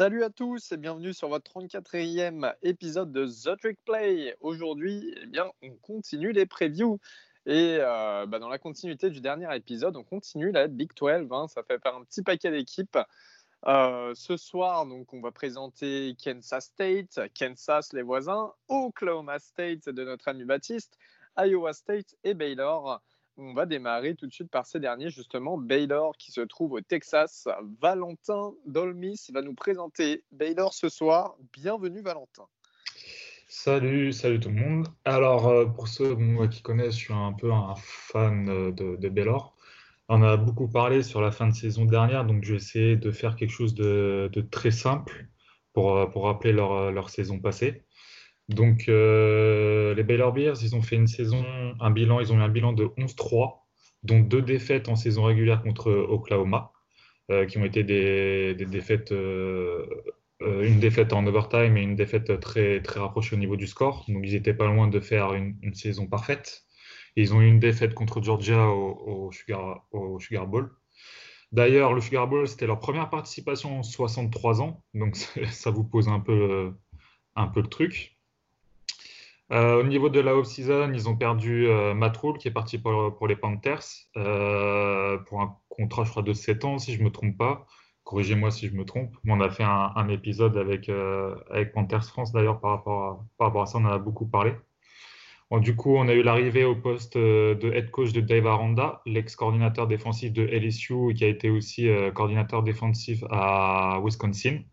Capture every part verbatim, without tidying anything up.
Salut à tous et bienvenue sur votre trente-quatrième épisode de The Trick Play. Aujourd'hui, eh bien, on continue les previews. Et euh, bah, dans la continuité du dernier épisode, on continue la Big douze. Hein, ça fait faire un petit paquet d'équipes. Euh, ce soir, donc, on va présenter Kansas State, Kansas les voisins, Oklahoma State de notre ami Baptiste, Iowa State et Baylor. On va démarrer tout de suite par ces derniers, justement, Baylor qui se trouve au Texas. Valentin Dolmis va nous présenter Baylor ce soir. Bienvenue Valentin. Salut, salut tout le monde. Alors, euh, pour ceux bon, qui connaissent, je suis un peu un fan euh, de, de Baylor. On a beaucoup parlé sur la fin de saison dernière, donc je vais essayer de faire quelque chose de, de très simple pour, euh, pour rappeler leur, euh, leur saison passée. Donc, euh, les Baylor Bears, ils ont fait une saison, un bilan, ils ont eu un bilan de onze trois, dont deux défaites en saison régulière contre Oklahoma, euh, qui ont été des, des défaites, euh, euh, une défaite en overtime et une défaite très, très rapprochée au niveau du score. Donc, ils n'étaient pas loin de faire une, une saison parfaite. Et ils ont eu une défaite contre Georgia au, au Sugar, au Sugar Bowl. D'ailleurs, le Sugar Bowl, c'était leur première participation en soixante-trois ans. Donc, ça vous pose un peu, un peu le truc. Euh, au niveau de la off-season, ils ont perdu euh, Matt Rhule, qui est parti pour, pour les Panthers, euh, pour un contrat, je crois, de sept ans, si je ne me trompe pas. Corrigez-moi si je me trompe. On a fait un, un épisode avec, euh, avec Panthers France, d'ailleurs, par rapport à, par rapport à ça, on en a beaucoup parlé. Bon, du coup, on a eu l'arrivée au poste euh, de head coach de Dave Aranda, l'ex-coordinateur défensif de L S U, qui a été aussi euh, coordinateur défensif à Wisconsin.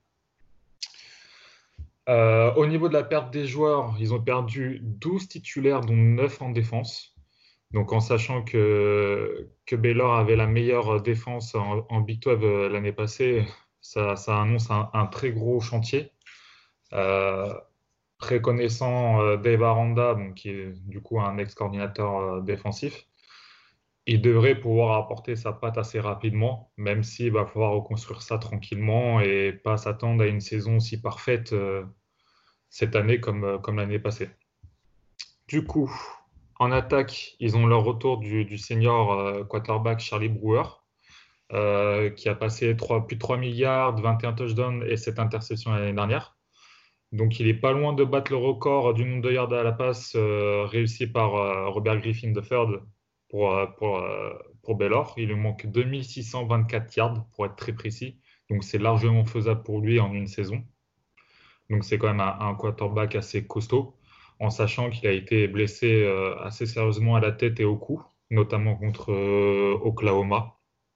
Euh, au niveau de la perte des joueurs, ils ont perdu douze titulaires, dont neuf en défense. Donc, en sachant que, que Baylor avait la meilleure défense en, en Big douze euh, l'année passée, ça, ça annonce un, un très gros chantier. Euh, Très connaissant euh, Dave Aranda, donc, qui est du coup un ex-coordinateur euh, défensif, il devrait pouvoir apporter sa patte assez rapidement, même s'il va falloir reconstruire ça tranquillement et pas s'attendre à une saison aussi parfaite euh, cette année comme, euh, comme l'année passée. Du coup, en attaque, ils ont leur retour du, du senior euh, quarterback Charlie Brewer, euh, qui a passé trois- plus de trois milliards, vingt et un touchdowns et sept interceptions l'année dernière. Donc, il est pas loin de battre le record du nombre de yards à la passe euh, réussi par euh, Robert Griffin the third pour, euh, pour, euh, pour Baylor. Il lui manque deux mille six cent vingt-quatre yards, pour être très précis. Donc, c'est largement faisable pour lui en une saison. Donc, c'est quand même un, un quarterback assez costaud, en sachant qu'il a été blessé euh, assez sérieusement à la tête et au cou, notamment contre euh, Oklahoma.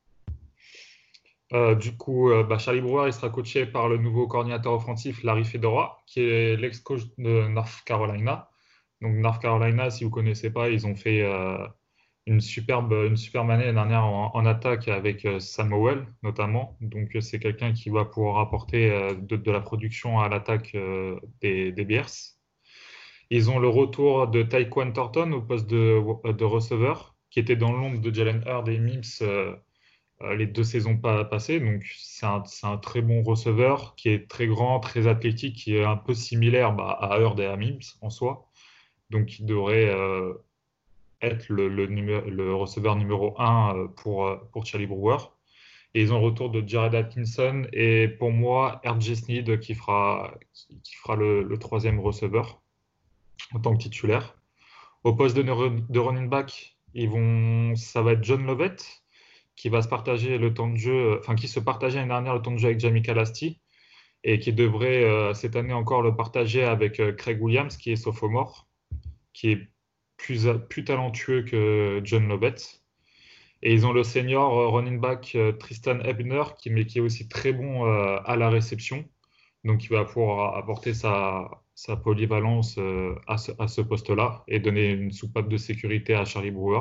Euh, du coup, euh, bah, Charlie Brewer, il sera coaché par le nouveau coordinateur offensif Larry Fedora, qui est l'ex-coach de North Carolina. Donc, North Carolina, si vous ne connaissez pas, ils ont fait euh, une superbe, une superbe année l'année dernière en, en attaque avec euh, Sam Howell, notamment. Donc, euh, c'est quelqu'un qui va pouvoir apporter euh, de, de la production à l'attaque euh, des, des Bears. Ils ont le retour de Tyquan Thornton au poste de, de receveur, qui était dans l'ombre de Jalen Hurd et Mims euh, euh, les deux saisons pas passées. Donc, c'est un, c'est un très bon receveur qui est très grand, très athlétique, qui est un peu similaire bah, à Hurd et à Mims en soi. Donc, il devrait euh, être le, le, numé- le receveur numéro un euh, pour, euh, pour Charlie Brewer. Et ils ont le retour de Jared Atkinson et pour moi, R J Sneed qui fera, qui, qui fera le, le troisième receveur en tant que titulaire. Au poste de, de running back, ils vont, ça va être John Lovett qui va se partager le temps de jeu, enfin qui se partageait l'année dernière le temps de jeu avec Jamie Calasti et qui devrait euh, cette année encore le partager avec euh, Craig Williams qui est sophomore, qui est plus, plus talentueux que John Lovett. Et ils ont le senior euh, running back euh, Tristan Ebner qui, mais qui est aussi très bon euh, à la réception. Donc, il va pouvoir apporter sa, sa polyvalence euh, à ce, à ce poste-là et donner une soupape de sécurité à Charlie Brewer.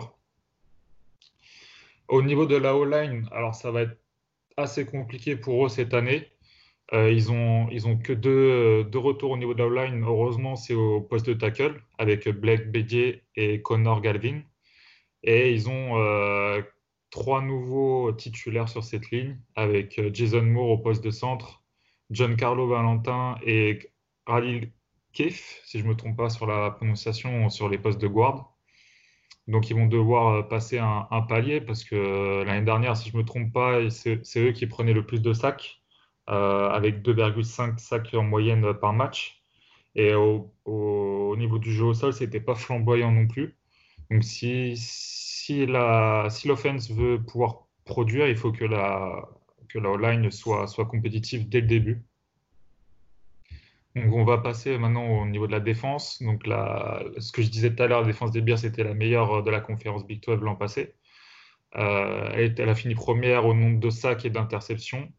Au niveau de la O-line, alors ça va être assez compliqué pour eux cette année. Euh, ils ont, ils ont que deux, deux retours au niveau de la O-line. Heureusement, c'est au poste de tackle avec Blake Bédier et Connor Galvin. Et ils ont euh, trois nouveaux titulaires sur cette ligne avec euh, Jason Moore au poste de centre, Giancarlo Valentin et Khalil Keith, si je ne me trompe pas sur la prononciation, sur les postes de guard. Donc ils vont devoir euh, passer un, un palier parce que euh, l'année dernière, si je ne me trompe pas, c'est c'est eux qui prenaient le plus de sacs. euh, avec deux virgule cinq sacs en moyenne par match. Et au, au- au niveau du jeu au sol, c'était pas flamboyant non plus. Donc si, si la, si l'offense veut pouvoir produire, il faut que la, que la O-line soit, soit compétitive dès le début. Donc on va passer maintenant au niveau de la défense. Donc la, ce que je disais tout à l'heure, la défense des Bears c'était la meilleure de la conférence Big douze l'an passé. Euh, elle, elle a fini première au nombre de sacs et d'interceptions.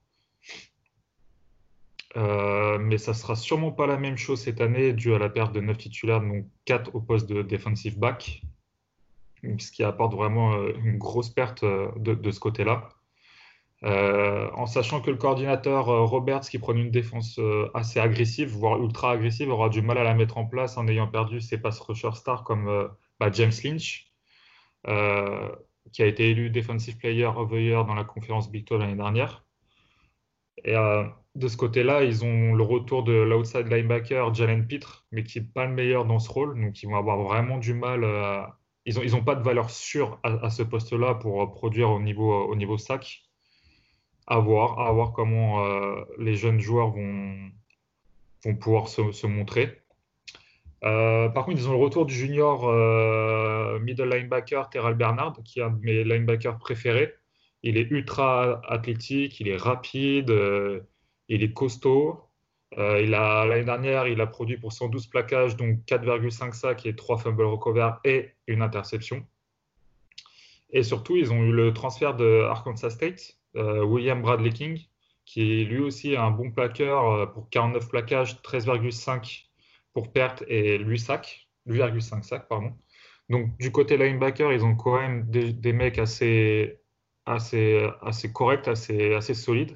Euh, mais ça sera sûrement pas la même chose cette année, dû à la perte de neuf titulaires, donc quatre au poste de defensive back, ce qui apporte vraiment euh, une grosse perte euh, de, de ce côté-là. Euh, en sachant que le coordinateur euh, Roberts, qui prenait une défense euh, assez agressive, voire ultra agressive, aura du mal à la mettre en place en ayant perdu ses pass rushers stars comme euh, bah, James Lynch, euh, qui a été élu Defensive Player of the Year dans la conférence Big douze l'année dernière. Et euh, de ce côté-là, ils ont le retour de l'outside linebacker Jalen Pitre, mais qui n'est pas le meilleur dans ce rôle. Donc, ils vont avoir vraiment du mal. euh, Ils n'ont ils ont pas de valeur sûre à, à ce poste-là pour euh, produire au niveau, au niveau sac. À voir, à voir comment euh, les jeunes joueurs vont, vont pouvoir se, se montrer. Euh, par contre, ils ont le retour du junior euh, middle linebacker Terrell Bernard, qui est un de mes linebackers préférés. Il est ultra athlétique, il est rapide, euh, il est costaud. Euh, il a, l'année dernière, il a produit pour cent douze plaquages, donc quatre virgule cinq sacs et trois fumble recover et une interception. Et surtout, ils ont eu le transfert de Arkansas State, euh, William Bradley King, qui est lui aussi un bon plaqueur euh, pour quarante-neuf plaquages, treize virgule cinq pour perte et huit sacs, huit virgule cinq sacs, pardon. Donc, du côté linebacker, ils ont quand même des, des mecs assez, assez, assez corrects, assez, assez solides.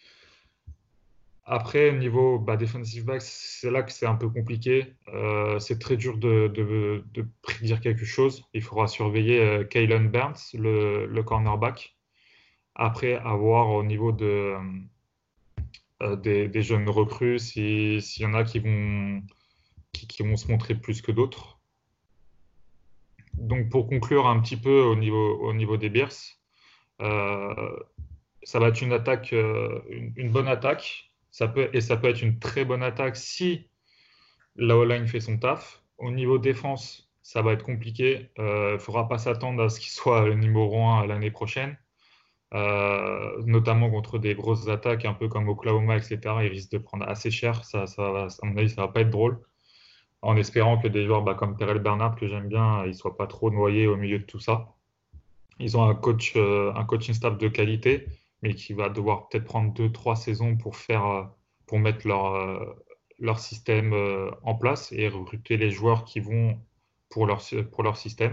Après, niveau bah, defensive back, c'est là que c'est un peu compliqué. Euh, c'est très dur de, de, de prédire quelque chose. Il faudra surveiller euh, Kaylen Burns, le, le cornerback. Après, avoir au niveau de, euh, des, des jeunes recrues, si- s'il y en a qui vont, qui, qui vont se montrer plus que d'autres. Donc, pour conclure un petit peu au niveau, au niveau des Bears, euh, ça va être une attaque, euh, une, une bonne attaque. Ça peut, et ça peut être une très bonne attaque si la O-line fait son taf. Au niveau défense, ça va être compliqué. Il ne faudra pas s'attendre à ce qu'il soit le numéro un l'année prochaine, euh, notamment contre des grosses attaques un peu comme Oklahoma, et cetera. Ils risquent de prendre assez cher. Ça, ça va- à mon avis, ça va pas être drôle. En espérant que des joueurs bah, comme Terrell Bernard, que j'aime bien, ils ne soient pas trop noyés au milieu de tout ça. Ils ont un coach, euh, un coaching staff de qualité, mais qui va devoir peut-être prendre deux, trois saisons pour faire, euh, pour mettre leur, euh, leur système euh, en place et recruter les joueurs qui vont pour leur, pour leur système.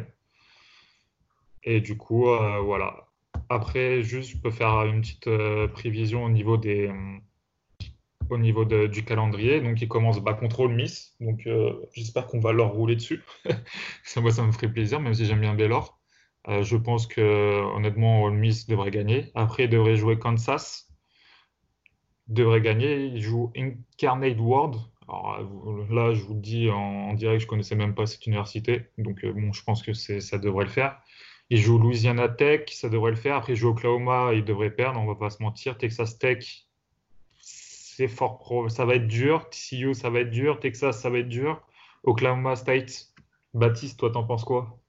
Et du coup, euh, voilà. Après, juste, je peux faire une petite euh, prévision au niveau des, euh, au niveau de- du calendrier. Donc, ils commencent bas contre Ole Miss. Donc, euh, j'espère qu'on va leur rouler dessus. Ça, moi, ça me ferait plaisir, même si j'aime bien Baylor. Euh, je pense que, honnêtement, Ole Miss devrait gagner. Après, ils devraient jouer Kansas. Devrait gagner. Ils jouent Incarnate Word. Alors, euh, là, je vous le dis en, en direct, je connaissais même pas cette université. Donc, euh, bon, je pense que c'est, ça devrait le faire. Ils jouent Louisiana Tech, ça devrait le faire. Après, ils jouent Oklahoma, ils devraient perdre, on va pas se mentir. Texas Tech, c'est fort pro. Ça va être dur. T C U, ça va être dur. Texas, ça va être dur. Oklahoma State. Baptiste, toi, t'en penses quoi?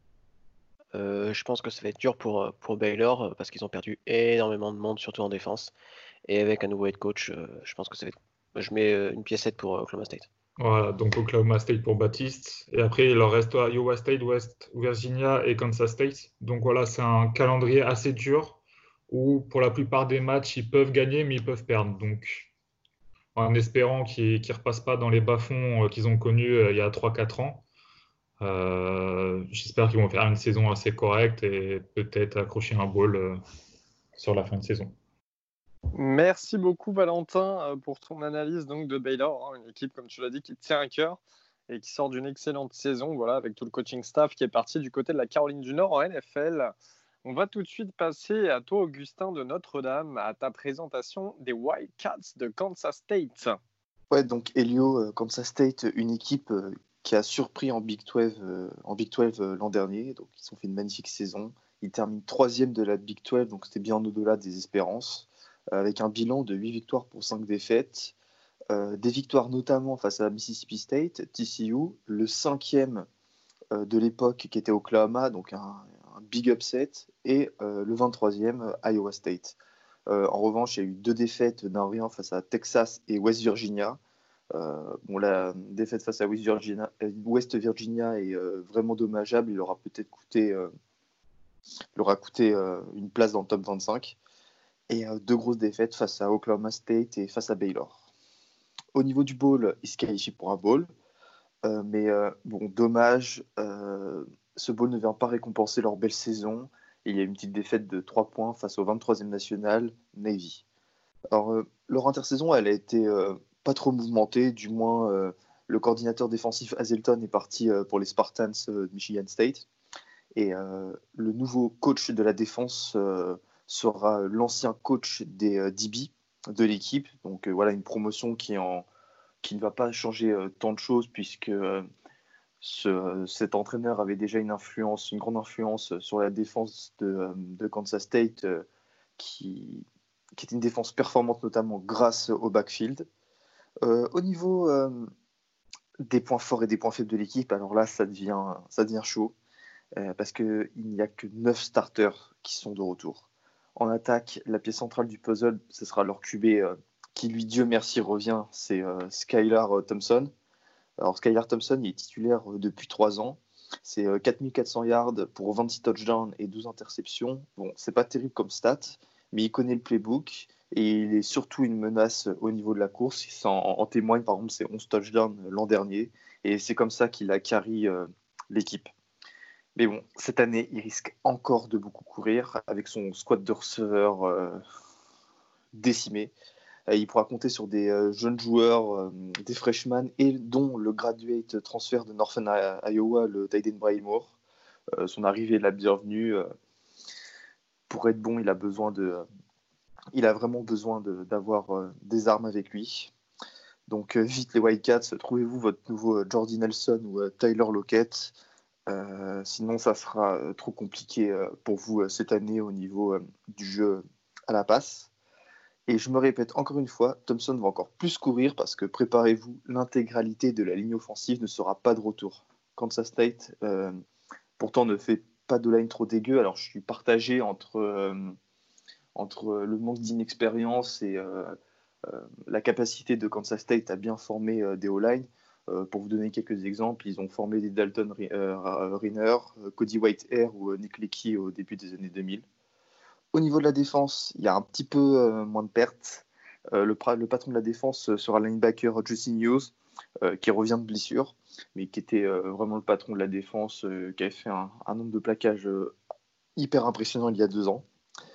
Euh, je pense que ça va être dur pour, euh, pour Baylor euh, parce qu'ils ont perdu énormément de monde, surtout en défense. Et avec un nouveau head coach, euh, je pense que ça va être. Je mets euh, une piécette pour euh, Oklahoma State. Voilà, donc Oklahoma State pour Baptiste. Et après, il leur reste Iowa State, West Virginia et Kansas State. Donc voilà, c'est un calendrier assez dur où pour la plupart des matchs, ils peuvent gagner, mais ils peuvent perdre. Donc en espérant qu'ils ne repassent pas dans les bas-fonds euh, qu'ils ont connus euh, il y a trois quatre ans. Euh, j'espère qu'ils vont faire une saison assez correcte et peut-être accrocher un bowl euh, sur la fin de saison. Merci beaucoup Valentin euh, pour ton analyse donc de Baylor, hein, une équipe comme tu l'as dit qui te tient à cœur et qui sort d'une excellente saison, voilà, avec tout le coaching staff qui est parti du côté de la Caroline du Nord en N F L. On va tout de suite passer à toi Augustin de Notre-Dame, à ta présentation des Wildcats de Kansas State. Ouais, donc Helio, euh, Kansas State, une équipe euh, qui a surpris en Big douze, euh, en Big douze euh, l'an dernier. Donc ils ont fait une magnifique saison. Ils terminent troisième de la Big douze, donc c'était bien au-delà des espérances. avec un bilan de huit victoires pour cinq défaites. Euh, des victoires notamment face à Mississippi State, T C U, le cinquième euh, de l'époque qui était Oklahoma, donc un, un big upset, et euh, le vingt-troisième, Iowa State. Euh, en revanche, il y a eu deux défaites d'un rien face à Texas et West Virginia. Euh, bon, la défaite face à West Virginia, West Virginia est euh, vraiment dommageable. Il aura peut-être coûté, euh, il aura coûté euh, une place dans le top vingt-cinq. Et euh, deux grosses défaites face à Oklahoma State et face à Baylor. Au niveau du bowl, il se qualifie pour un bowl. Euh, mais euh, bon, dommage, euh, ce bowl ne vient pas récompenser leur belle saison. Et il y a une petite défaite de trois points face au vingt-troisième national, Navy. Alors, euh, leur intersaison, elle a été euh, pas trop mouvementée. Du moins, euh, le coordinateur défensif Hazelton est parti euh, pour les Spartans euh, de Michigan State. Et euh, le nouveau coach de la défense euh, sera l'ancien coach des euh, D B de l'équipe. Donc euh, voilà, une promotion qui, en, qui ne va pas changer euh, tant de choses puisque euh, ce, cet entraîneur avait déjà une influence, une grande influence sur la défense de, de Kansas State euh, qui, qui est une défense performante notamment grâce au backfield. Euh, au niveau euh, des points forts et des points faibles de l'équipe, alors là, ça devient, ça devient chaud. Euh, parce qu'il n'y a que neuf starters qui sont de retour. En attaque, la pièce centrale du puzzle, ce sera leur Q B euh, qui, lui, Dieu merci, revient, c'est euh, Skylar euh, Thompson. Alors Skylar Thompson, il est titulaire euh, depuis trois ans. C'est euh, quatre mille quatre cents yards pour vingt-six touchdowns et douze interceptions. Bon, c'est pas terrible comme stat, mais il connaît le playbook et il est surtout une menace au niveau de la course. En, en témoigne par exemple ses onze touchdowns l'an dernier et c'est comme ça qu'il a carry euh, l'équipe. Mais bon, cette année, il risque encore de beaucoup courir avec son squad de receveurs euh, décimé. Euh, il pourra compter sur des euh, jeunes joueurs, euh, des freshmen, et dont le graduate transfert de Northern Iowa, le Tyden Bray Moore. Euh, son arrivée est la bienvenue. Euh, pour être bon, il a besoin de, euh, il a vraiment besoin de, d'avoir euh, des armes avec lui. Donc euh, vite les Wildcats, trouvez-vous votre nouveau Jordy Nelson ou euh, Tyler Lockett. Euh, sinon, ça sera euh, trop compliqué euh, pour vous euh, cette année au niveau euh, du jeu à la passe. Et je me répète encore une fois, Thompson va encore plus courir parce que préparez-vous, l'intégralité de la ligne offensive ne sera pas de retour. Kansas State, euh, pourtant, ne fait pas de line trop dégueu. Alors, je suis partagé entre, euh, entre le manque d'inexpérience et euh, euh, la capacité de Kansas State à bien former euh, des O-line. Euh, pour vous donner quelques exemples, ils ont formé des Dalton euh, Riner, Cody Whitehair ou Nick Leakey au début des années deux mille. Au niveau de la défense, il y a un petit peu euh, moins de pertes. Euh, le, le patron de la défense sera le linebacker Justin Hughes, euh, qui revient de blessure, mais qui était euh, vraiment le patron de la défense, euh, qui avait fait un, un nombre de plaquages euh, hyper impressionnant il y a deux ans.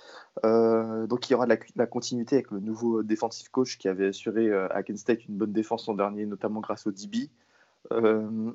Euh, donc il y aura de la, de la continuité avec le nouveau defensive coach qui avait assuré euh, à Kent State une bonne défense l'an dernier, notamment grâce au D B. Euh,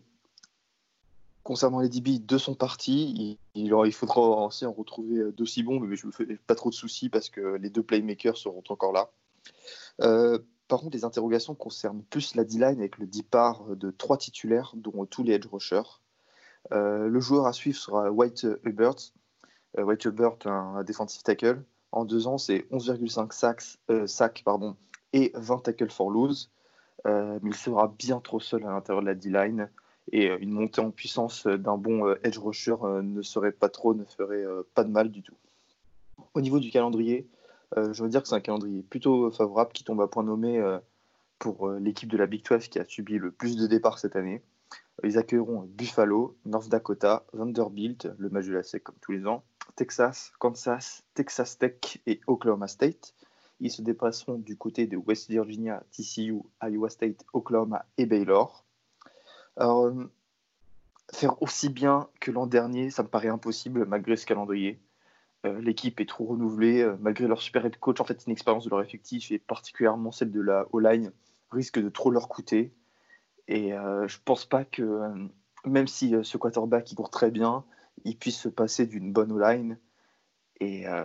concernant les D B, deux sont partis. Il, il, il faudra aussi en retrouver d'aussi bons, mais je ne me fais pas trop de soucis parce que les deux playmakers seront encore là. Euh, par contre, les interrogations concernent plus la D-line avec le départ de trois titulaires, dont tous les edge rushers. Euh, le joueur à suivre sera White Hubert. Euh, White Hubert, un, un defensive tackle. En deux ans, c'est onze virgule cinq sacs, euh, sacs pardon, et vingt tackles for lose. Euh, mais il sera bien trop seul à l'intérieur de la D-line. Et euh, une montée en puissance d'un bon euh, edge rusher euh, ne serait pas trop, ne ferait euh, pas de mal du tout. Au niveau du calendrier, euh, je veux dire que c'est un calendrier plutôt favorable qui tombe à point nommé euh, pour euh, l'équipe de la Big douze qui a subi le plus de départs cette année. Ils accueilleront Buffalo, North Dakota, Vanderbilt, le match de la S E C comme tous les ans, Texas, Kansas, Texas Tech et Oklahoma State. Ils se déplaceront du côté de West Virginia, T C U, Iowa State, Oklahoma et Baylor. Alors, euh, faire aussi bien que l'an dernier, ça me paraît impossible malgré ce calendrier. Euh, l'équipe est trop renouvelée, euh, malgré leur super head coach. En fait, une expérience de leur effectif et particulièrement celle de la O-line risque de trop leur coûter. Et euh, je pense pas que, euh, même si euh, ce quarterback il court très bien, il puisse se passer d'une bonne O-line. Et euh,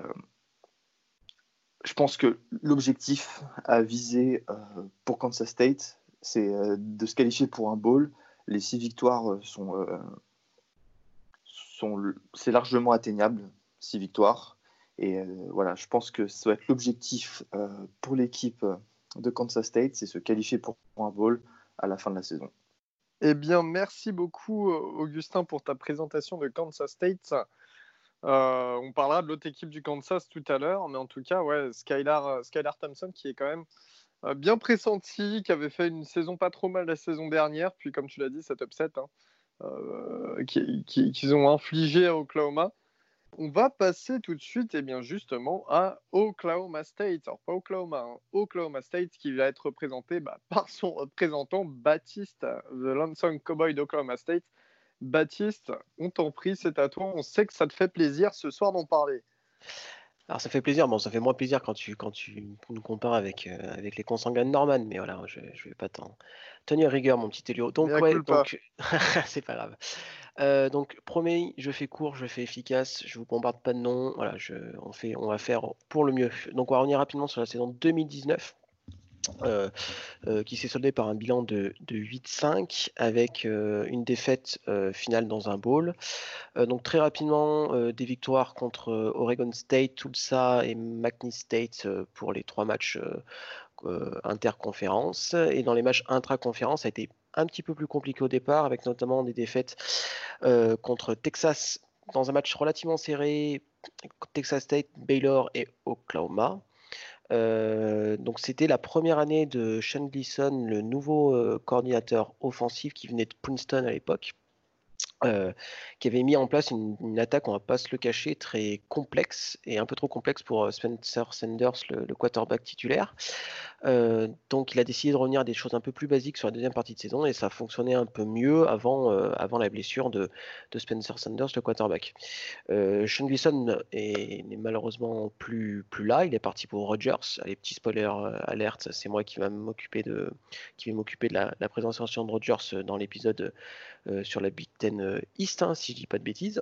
je pense que l'objectif à viser euh, pour Kansas State, c'est euh, de se qualifier pour un bowl. Les six victoires sont, euh, sont c'est largement atteignable, six victoires. Et euh, voilà, je pense que ça doit être l'objectif euh, pour l'équipe de Kansas State, c'est se qualifier pour un bowl à la fin de la saison. Eh bien, merci beaucoup, Augustin, pour ta présentation de Kansas State. Euh, on parlera de l'autre équipe du Kansas tout à l'heure, mais en tout cas, ouais, Skylar, Skylar Thompson qui est quand même euh, bien pressenti, qui avait fait une saison pas trop mal la saison dernière, puis comme tu l'as dit, cet upset hein, euh, qu'ils qui, qui ont infligé à Oklahoma. On va passer tout de suite, eh bien, justement, à Oklahoma State. Alors, pas Oklahoma, hein, Oklahoma State qui va être représenté bah, par son représentant Baptiste, The Lonesome Cowboy d'Oklahoma State. Baptiste, on t'en prie, c'est à toi. On sait que ça te fait plaisir ce soir d'en parler. Alors ça fait plaisir, bon ça fait moins plaisir quand tu, quand tu nous compares avec, euh, avec les consanguins de Norman, mais voilà, je, je vais pas t'en tenir rigueur mon petit Elio. Donc Mea ouais, culpa. donc c'est pas grave. Euh, donc promis, je fais court, je fais efficace, je vous bombarde pas de noms, voilà, je, on, fait, on va faire pour le mieux. Donc on va revenir rapidement sur la saison deux mille dix-neuf. Euh, euh, qui s'est soldé par un bilan de, de huit cinq avec euh, une défaite euh, finale dans un bowl. Euh, donc très rapidement, euh, des victoires contre euh, Oregon State, Tulsa et McNeese State euh, pour les trois matchs euh, euh, interconférences. Et dans les matchs intra-conférences, ça a été un petit peu plus compliqué au départ, avec notamment des défaites euh, contre Texas dans un match relativement serré, Texas State, Baylor et Oklahoma. Euh, donc c'était la première année de Sean Gleason, le nouveau euh, coordinateur offensif qui venait de Princeton à l'époque. Euh, qui avait mis en place une, une attaque, on va pas se le cacher, très complexe et un peu trop complexe pour Spencer Sanders, le, le quarterback titulaire. Euh, donc il a décidé de revenir à des choses un peu plus basiques sur la deuxième partie de saison et ça fonctionnait un peu mieux avant, euh, avant la blessure de, de Spencer Sanders, le quarterback. Euh, Sean Gleason n'est malheureusement plus, plus là, il est parti pour Rodgers. Allez, petit spoiler euh, alerte, c'est moi qui va m'occuper de, qui vais m'occuper de la, la présentation de Rodgers dans l'épisode euh, sur la Big Ten East, hein, si je dis pas de bêtises.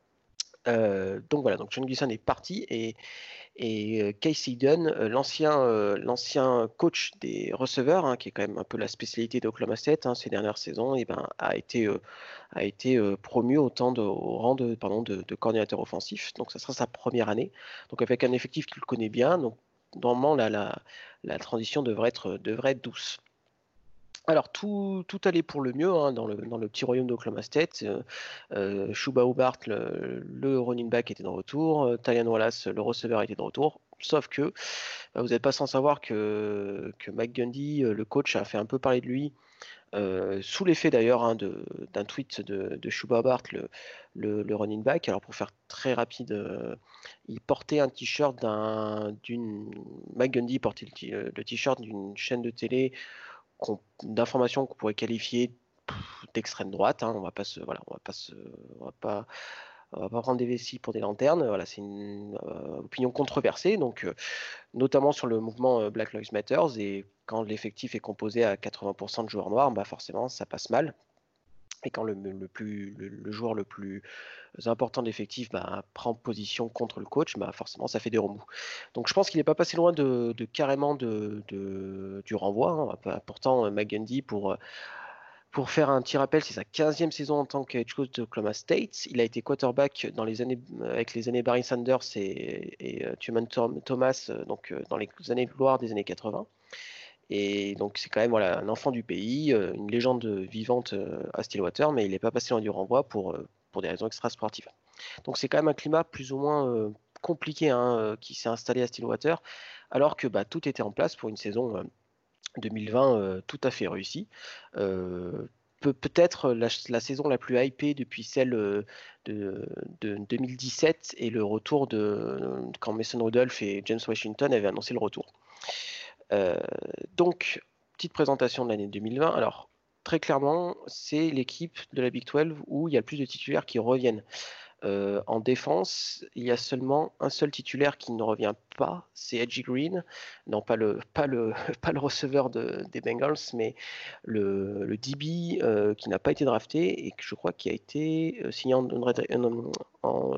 Euh, donc voilà, donc Sean Gleason est parti et, et euh, Casey Dunn, euh, l'ancien, euh, l'ancien coach des receveurs, hein, qui est quand même un peu la spécialité d'Oklahoma State hein, ces dernières saisons, et ben, a été, euh, a été euh, promu au, temps de, au rang de, pardon, de, de coordinateur offensif. Donc ça sera sa première année. Donc avec un effectif qu'il connaît bien, donc normalement la, la, la transition devrait être, devrait être douce. Alors tout, tout allait pour le mieux hein, dans, le, dans le petit royaume d'Oklahoma State. Euh, euh, Chuba Hubbard, le, le running back, était de retour. Euh, Tylan Wallace, le receveur, était de retour. Sauf que bah, vous n'êtes pas sans savoir que, que Mike Gundy, le coach, a fait un peu parler de lui, euh, sous l'effet d'ailleurs hein, de, d'un tweet de, de Chuba Hubbard, le, le, le running back. Alors pour faire très rapide, euh, il portait un t-shirt d'un, d'une... Mike Gundy portait le, le t-shirt d'une chaîne de télé d'informations qu'on pourrait qualifier d'extrême droite. Hein. On va pas se, voilà, on va pas se, on va pas, on va pas prendre des vessies pour des lanternes. Voilà, c'est une euh, opinion controversée, donc euh, notamment sur le mouvement euh, Black Lives Matter. Et quand l'effectif est composé à quatre-vingts pour cent de joueurs noirs, bah forcément ça passe mal. Et quand le, le, plus, le, le joueur le plus important de l'effectif bah, prend position contre le coach, bah, forcément ça fait des remous. Donc je pense qu'il n'est pas passé loin de, de carrément de, de, du renvoi. Hein. Pourtant, McGundy, pour, pour faire un petit rappel, c'est sa quinzième saison en tant que head coach d'Oklahoma State. Il a été quarterback dans les années, avec les années Barry Sanders et, et uh, Tuman Thomas, donc dans les années de gloire des années quatre-vingts. Et donc c'est quand même voilà, un enfant du pays, euh, une légende vivante euh, à Stillwater, mais il n'est pas passé loin du renvoi pour, euh, pour des raisons extra-sportives. Donc c'est quand même un climat plus ou moins euh, compliqué hein, euh, qui s'est installé à Stillwater, alors que bah, tout était en place pour une saison euh, deux mille vingt euh, tout à fait réussie. Euh, peut- peut-être la, la saison la plus hypée depuis celle euh, de, de deux mille dix-sept et le retour de quand Mason Rudolph et James Washington avaient annoncé le retour. Euh, donc, petite présentation de l'année deux mille vingt. Alors, très clairement, c'est l'équipe de la Big douze où il y a le plus de titulaires qui reviennent. Euh, en défense, il y a seulement un seul titulaire qui ne revient pas, c'est Edgy Green. Non, pas le, pas le, pas le receveur de, des Bengals, mais le, le D B euh, qui n'a pas été drafté et que je crois qui a été euh, signé en, en, en,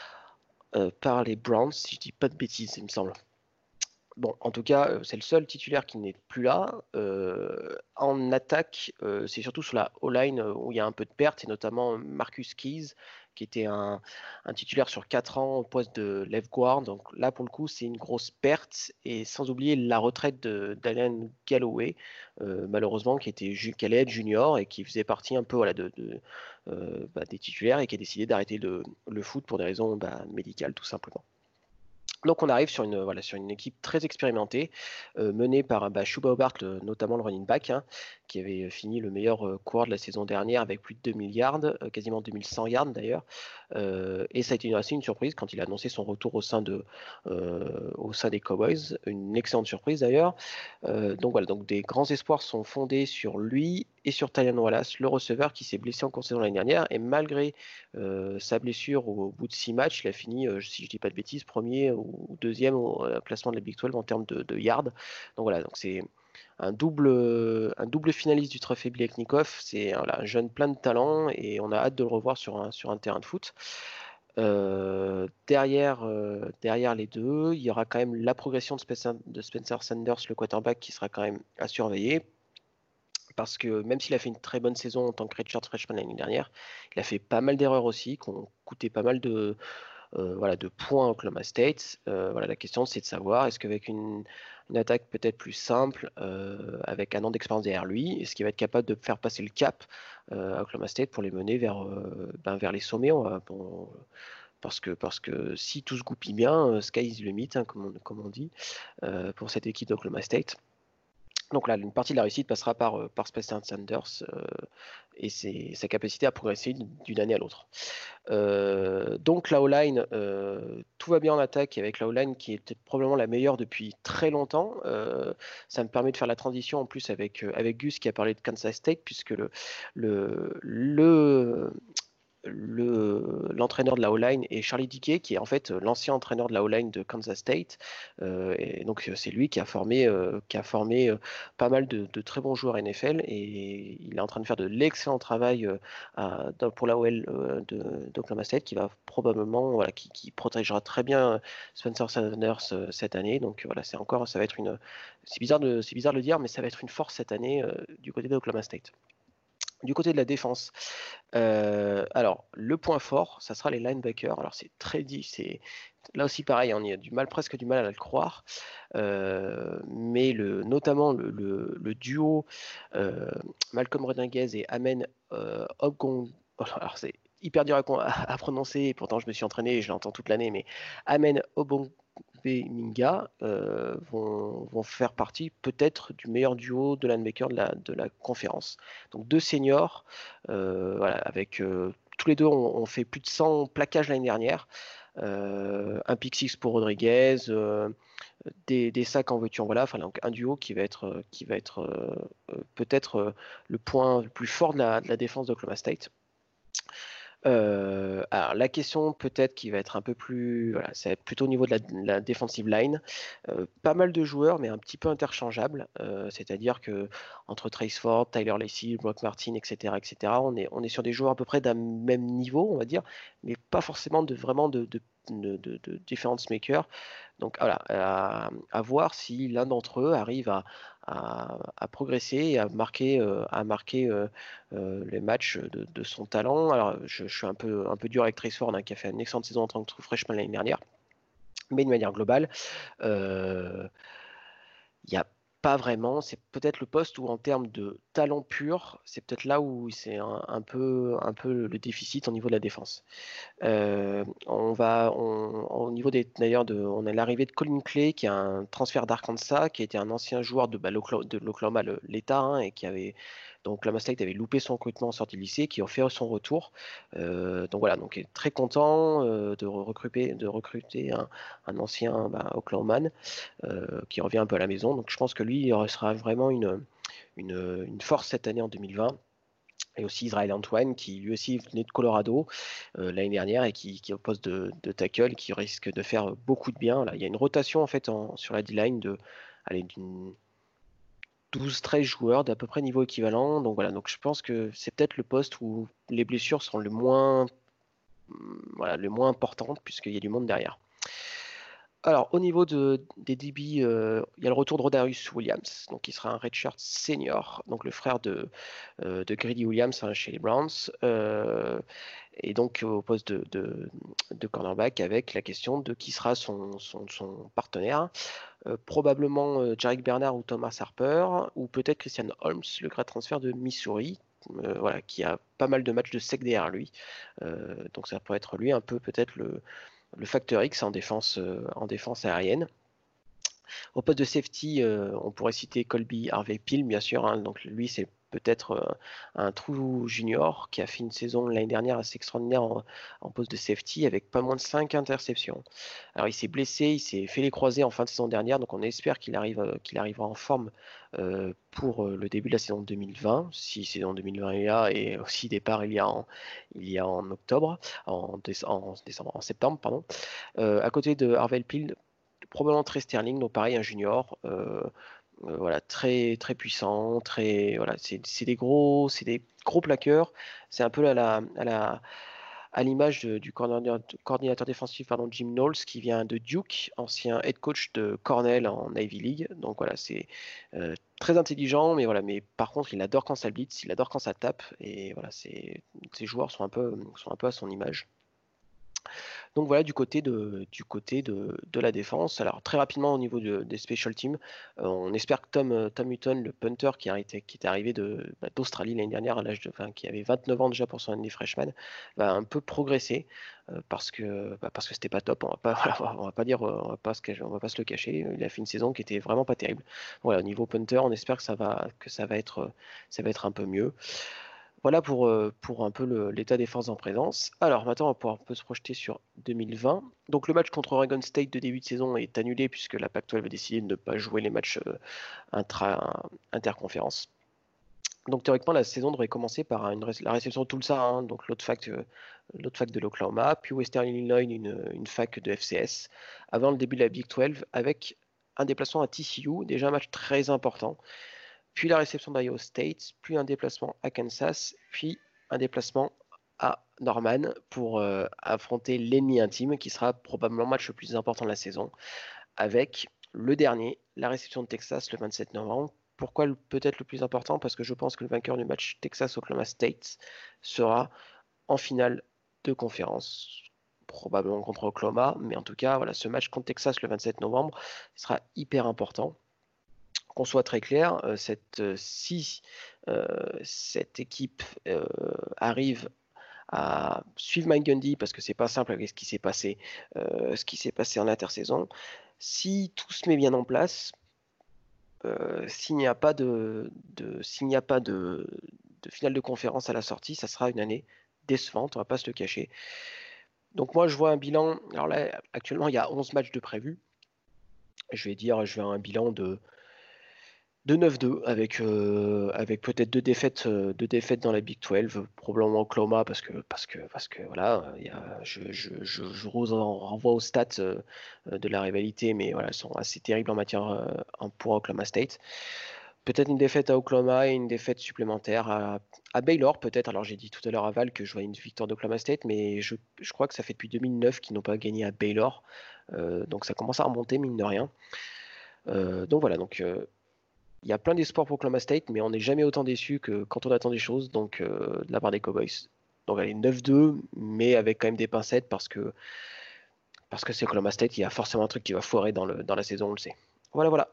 euh, par les Browns, si je dis pas de bêtises, il me semble. Bon, en tout cas, c'est le seul titulaire qui n'est plus là. Euh, en attaque, euh, c'est surtout sur la O-line où il y a un peu de perte, et notamment Marcus Keys, qui était un, un titulaire sur quatre ans au poste de left guard. Donc là, pour le coup, c'est une grosse perte. Et sans oublier la retraite de, d'Alan Galloway, euh, malheureusement, qui était qui allait être junior et qui faisait partie un peu voilà, de, de, euh, bah, des titulaires et qui a décidé d'arrêter le, le foot pour des raisons bah, médicales, tout simplement. Donc on arrive sur une, voilà, sur une équipe très expérimentée, euh, menée par bah, Chuba Hobart, le- notamment le running back, hein, qui avait fini le meilleur euh, coureur de la saison dernière avec plus de deux mille yards, euh, quasiment deux mille cent yards d'ailleurs. Euh, et ça a été une, assez une surprise quand il a annoncé son retour au sein, de, euh, au sein des Cowboys. Une excellente surprise d'ailleurs. Euh, donc voilà, donc des grands espoirs sont fondés sur lui et sur Tylan Wallace, le receveur qui s'est blessé en cours de saison l'année dernière. Et malgré euh, sa blessure au, au bout de six matchs, il a fini, euh, si je ne dis pas de bêtises, premier ou deuxième au euh, classement de la Big douze en termes de, de yards. Donc voilà, donc c'est un double, un double finaliste du trophée Biletnikoff. C'est voilà, un jeune plein de talent et on a hâte de le revoir sur un, sur un terrain de foot. Euh, derrière, euh, derrière les deux, il y aura quand même la progression de Spencer, de Spencer Sanders, le quarterback, qui sera quand même à surveiller. Parce que même s'il a fait une très bonne saison en tant que redshirt freshman l'année dernière, il a fait pas mal d'erreurs aussi, qui ont coûté pas mal de, euh, voilà, de points à Oklahoma State. Euh, voilà, la question, c'est de savoir, est-ce qu'avec une, une attaque peut-être plus simple, euh, avec un an d'expérience derrière lui, est-ce qu'il va être capable de faire passer le cap euh, à Oklahoma State pour les mener vers, euh, ben, vers les sommets on va, bon, parce, que, parce que si tout se goupille bien, euh, sky is the limit, hein, comme, on, comme on dit, euh, pour cette équipe d'Oklahoma State. Donc là, une partie de la réussite passera par, euh, par Spencer Sanders euh, et ses, sa capacité à progresser d'une année à l'autre. Euh, donc la O-line, euh, tout va bien en attaque avec la O-line qui était probablement la meilleure depuis très longtemps. Euh, ça me permet de faire la transition en plus avec, euh, avec Gus qui a parlé de Kansas State puisque le, le, le, le, l'entraîneur de la O-line est Charlie Dickey, qui est en fait l'ancien entraîneur de la O-line de Kansas State. Euh, et donc c'est lui qui a formé, euh, qui a formé euh, pas mal de, de très bons joueurs N F L et il est en train de faire de l'excellent travail euh, à, pour la O L euh, de, d'Oklahoma State, qui va probablement, voilà, qui, qui protégera très bien Spencer Sanders euh, cette année. Donc voilà, c'est encore, ça va être une, c'est bizarre de, c'est bizarre de le dire, mais ça va être une force cette année euh, du côté d'Oklahoma State. Du côté de la défense, euh, alors le point fort, ça sera les linebackers. Alors c'est très dit, c'est là aussi pareil, on y a du mal, presque du mal à le croire, euh, mais le, notamment le, le, le duo euh, Malcolm Rodriguez et Amen euh, Obgong. Alors c'est hyper dur à, à, prononcer, et pourtant je me suis entraîné et je l'entends toute l'année, mais Amen Obong Minga euh, vont, vont faire partie peut-être du meilleur duo de linebacker de la, de la conférence. Donc deux seniors, euh, voilà, avec euh, tous les deux ont, ont fait plus de cent plaquages l'année dernière. Euh, un pick six pour Rodriguez, euh, des, des sacs en veux-tu en voilà, enfin donc un duo qui va être, qui va être euh, peut-être euh, le point le plus fort de la, de la défense d'Oklahoma State. Euh, alors la question peut-être qui va être un peu plus, voilà, c'est plutôt au niveau de la, de la defensive line. Euh, pas mal de joueurs, mais un petit peu interchangeables. Euh, c'est-à-dire que entre Trace Ford, Tyler Lacy, Brock Martin, et cetera, et cetera, on est, on est sur des joueurs à peu près d'un même niveau, on va dire, mais pas forcément de vraiment de, de, de, de, de difference makers. Donc voilà, à, à voir si l'un d'entre eux arrive à, à, à progresser et à marquer, euh, à marquer euh, euh, les matchs de, de son talent. Alors, je, je suis un peu, un peu dur avec Trace Ford, hein, qui a fait une excellente saison en tant que true freshman l'année dernière, mais de manière globale, euh, il n'y a pas vraiment. C'est peut-être le poste où, en termes de talent pur, c'est peut-être là où c'est un, un peu, un peu le déficit au niveau de la défense. Euh, on va, on, au niveau des, d'ailleurs, de, on a l'arrivée de Colin Clay, qui a un transfert d'Arkansas, qui était un ancien joueur de, bah, de l'Oklahoma, le, l'État, hein, et qui avait, donc Oklahoma State avait loupé son recrutement en sortie de lycée, qui a fait son retour. Euh, donc voilà, donc est très content euh, de recruter, de recruter un, un ancien bah, Oklahoman euh, qui revient un peu à la maison. Donc je pense que lui, il sera vraiment une, une, une force cette année en deux mille vingt. Et aussi Israel Antoine, qui lui aussi venait de Colorado euh, l'année dernière et qui, qui est au poste de, de tackle, qui risque de faire beaucoup de bien. Là, il y a une rotation en fait en, sur la D-line de allez, d'une douze treize joueurs d'à peu près niveau équivalent. Donc voilà, donc je pense que c'est peut-être le poste où les blessures seront le moins, voilà, le moins importantes puisqu'il y a du monde derrière. Alors, au niveau de, des D B, euh, il y a le retour de Rodarius Williams, donc qui sera un redshirt senior, donc le frère de, euh, de Greedy Williams hein, chez les Browns, euh, et donc au poste de, de, de cornerback avec la question de qui sera son, son, son partenaire. Euh, probablement euh, Jarek Bernard ou Thomas Harper, ou peut-être Christian Holmes, le grade transfert de Missouri, euh, voilà, qui a pas mal de matchs de sec derrière lui. Euh, donc ça pourrait être lui un peu peut-être le le facteur X en défense, euh, en défense aérienne. Au poste de safety, euh, on pourrait citer Colby Harvey Peel, bien sûr. Hein, donc lui, c'est peut-être euh, un trou junior qui a fait une saison l'année dernière assez extraordinaire en, en poste de safety avec pas moins de cinq interceptions. Alors il s'est blessé, il s'est fait les croisés en fin de saison dernière, donc on espère qu'il arrive, euh, qu'il arrivera en forme euh, pour euh, le début de la saison deux mille vingt, si saison deux mille vingt est là, et aussi départ il y a en, il y a en octobre, en, déce- en décembre, en septembre, pardon. Euh, à côté de Harvey Peel, probablement très Sterling, donc pareil un junior, euh, euh, voilà très très puissant, très voilà c'est c'est des gros c'est des gros plaqueurs, c'est un peu à la à la à l'image de- du coordinateur, coordinateur défensif pardon, Jim Knowles qui vient de Duke, ancien head coach de Cornell en Ivy League. Donc voilà, c'est euh, très intelligent, mais voilà, mais par contre, il adore quand ça blitz, il adore quand ça tape, et voilà, c'est, ces joueurs sont un peu, sont un peu à son image. Donc voilà du côté de, du côté de, de la défense. Alors très rapidement au niveau de- des special teams, euh, on espère que Tom, euh, Tom Hutton, le punter qui, a été, qui était arrivé de, bah, d'Australie l'année dernière, à l'âge de, enfin, qui avait vingt-neuf ans déjà pour son année freshman, va un peu progresser euh, parce que bah, parce que c'était pas top. On va pas voilà, on va pas dire, euh, on va pas se cacher- on va pas se le cacher. Il a fait une saison qui était vraiment pas terrible. Voilà, au niveau punter, on espère que ça va que ça va être ça va être un peu mieux. Voilà pour, euh, pour un peu le- l'état des forces en présence. Alors maintenant, on va pouvoir un peu se projeter sur deux mille vingt. Donc le match contre Oregon State de début de saison est annulé puisque la Pac douze a décidé de ne pas jouer les matchs euh, intra, interconférences. Donc théoriquement, la saison devrait commencer par une, la réception de Tulsa, hein, donc l'autre fac, euh, l'autre fac de l'Oklahoma, puis Western Illinois, une, une fac de F C S, avant le début de la Big douze avec un déplacement à T C U, déjà un match très important puis la réception d'Iowa State, puis un déplacement à Kansas, puis un déplacement à Norman pour euh, affronter l'ennemi intime, qui sera probablement le match le plus important de la saison, avec le dernier, la réception de Texas le vingt-sept novembre. Pourquoi le- peut-être le plus important? Parce que je pense que le vainqueur du match Texas-Oklahoma State sera en finale de conférence, probablement contre Oklahoma, mais en tout cas, voilà, ce match contre Texas le vingt-sept novembre sera hyper important. Qu'on soit très clair, euh, cette, euh, si euh, cette équipe euh, arrive à suivre Mike Gundy, parce que c'est pas simple avec ce qui s'est passé, euh, ce qui s'est passé en intersaison, si tout se met bien en place, euh, s'il n'y a pas de, de s'il n'y a pas de, de finale de conférence à la sortie, ça sera une année décevante, on va pas se le cacher. Donc moi je vois un bilan, alors là actuellement il y a onze matchs de prévus, je vais dire je vais un bilan de de neuf deux avec, euh, avec peut-être deux défaites, euh, deux défaites dans la Big douze, probablement Oklahoma parce que, parce que, parce que voilà, il y a, je, je, je, je vous en renvoie aux stats euh, de la rivalité, mais voilà, elles sont assez terribles en matière euh, en- pour Oklahoma State. Peut-être une défaite à Oklahoma et une défaite supplémentaire à, à Baylor, peut-être. Alors j'ai dit tout à l'heure à Val que je voyais une victoire d'Oklahoma State, mais je, je crois que ça fait depuis deux mille neuf qu'ils n'ont pas gagné à Baylor, Euh, donc ça commence à remonter mine de rien. Euh, donc voilà, donc euh, il y a plein d'espoirs pour Oklahoma State, mais on n'est jamais autant déçu que quand on attend des choses, donc euh, de la part des Cowboys. Donc allez, neuf deux, mais avec quand même des pincettes parce que parce que c'est Oklahoma State, il y a forcément un truc qui va foirer dans, le, dans la saison, on le sait. Voilà, voilà.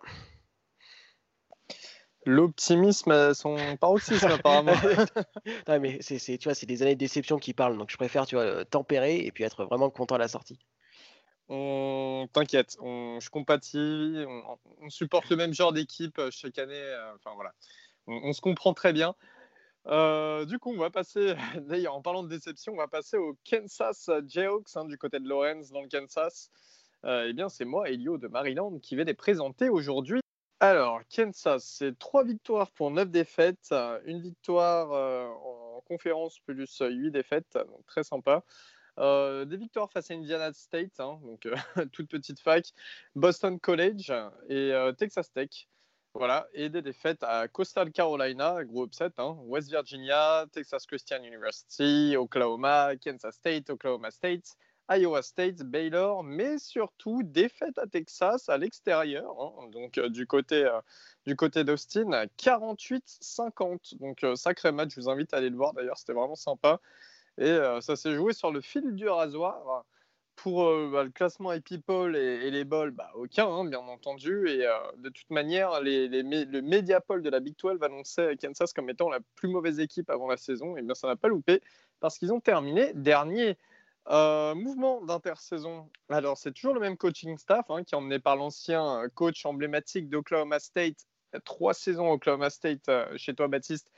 L'optimisme à son paroxysme, apparemment. Non, mais c'est, c'est, tu vois, c'est des années de déception qui parlent, donc je préfère, tu vois, euh, tempérer et puis être vraiment content à la sortie. On t'inquiète, on... je compatis, on... on supporte le même genre d'équipe euh, chaque année. euh, Enfin voilà, on... on se comprend très bien. Euh, du coup, on va passer, d'ailleurs, en parlant de déception, on va passer au Kansas Jayhawks hein, du côté de Lawrence dans le Kansas. Euh, eh bien, c'est moi, Elio de Maryland, qui vais les présenter aujourd'hui. Alors, Kansas, c'est trois victoires pour neuf défaites, une victoire euh, en conférence plus huit défaites, donc très sympa. Euh, des victoires face à Indiana State, hein, donc euh, toute petite fac, Boston College et euh, Texas Tech. Voilà, et des défaites à Coastal Carolina, gros upset, hein, West Virginia, Texas Christian University, Oklahoma, Kansas State, Oklahoma State, Iowa State, Baylor, mais surtout défaite à Texas à l'extérieur, hein, donc euh, du côté, euh, du côté d'Austin, quarante-huit cinquante. Donc euh, sacré match, je vous invite à aller le voir d'ailleurs, c'était vraiment sympa. Et euh, ça s'est joué sur le fil du rasoir. Pour euh, bah, le classement Epipole et, et les balls, bah, aucun, hein, bien entendu. Et euh, de toute manière, les, les, le Mediapol de la Big douze annonçait Kansas comme étant la plus mauvaise équipe avant la saison. Et bien, ça n'a pas loupé parce qu'ils ont terminé dernier. Euh, mouvement d'intersaison. Alors, c'est toujours le même coaching staff hein, qui est emmené par l'ancien coach emblématique d'Oklahoma State. Trois saisons Oklahoma State euh, chez toi, Baptiste.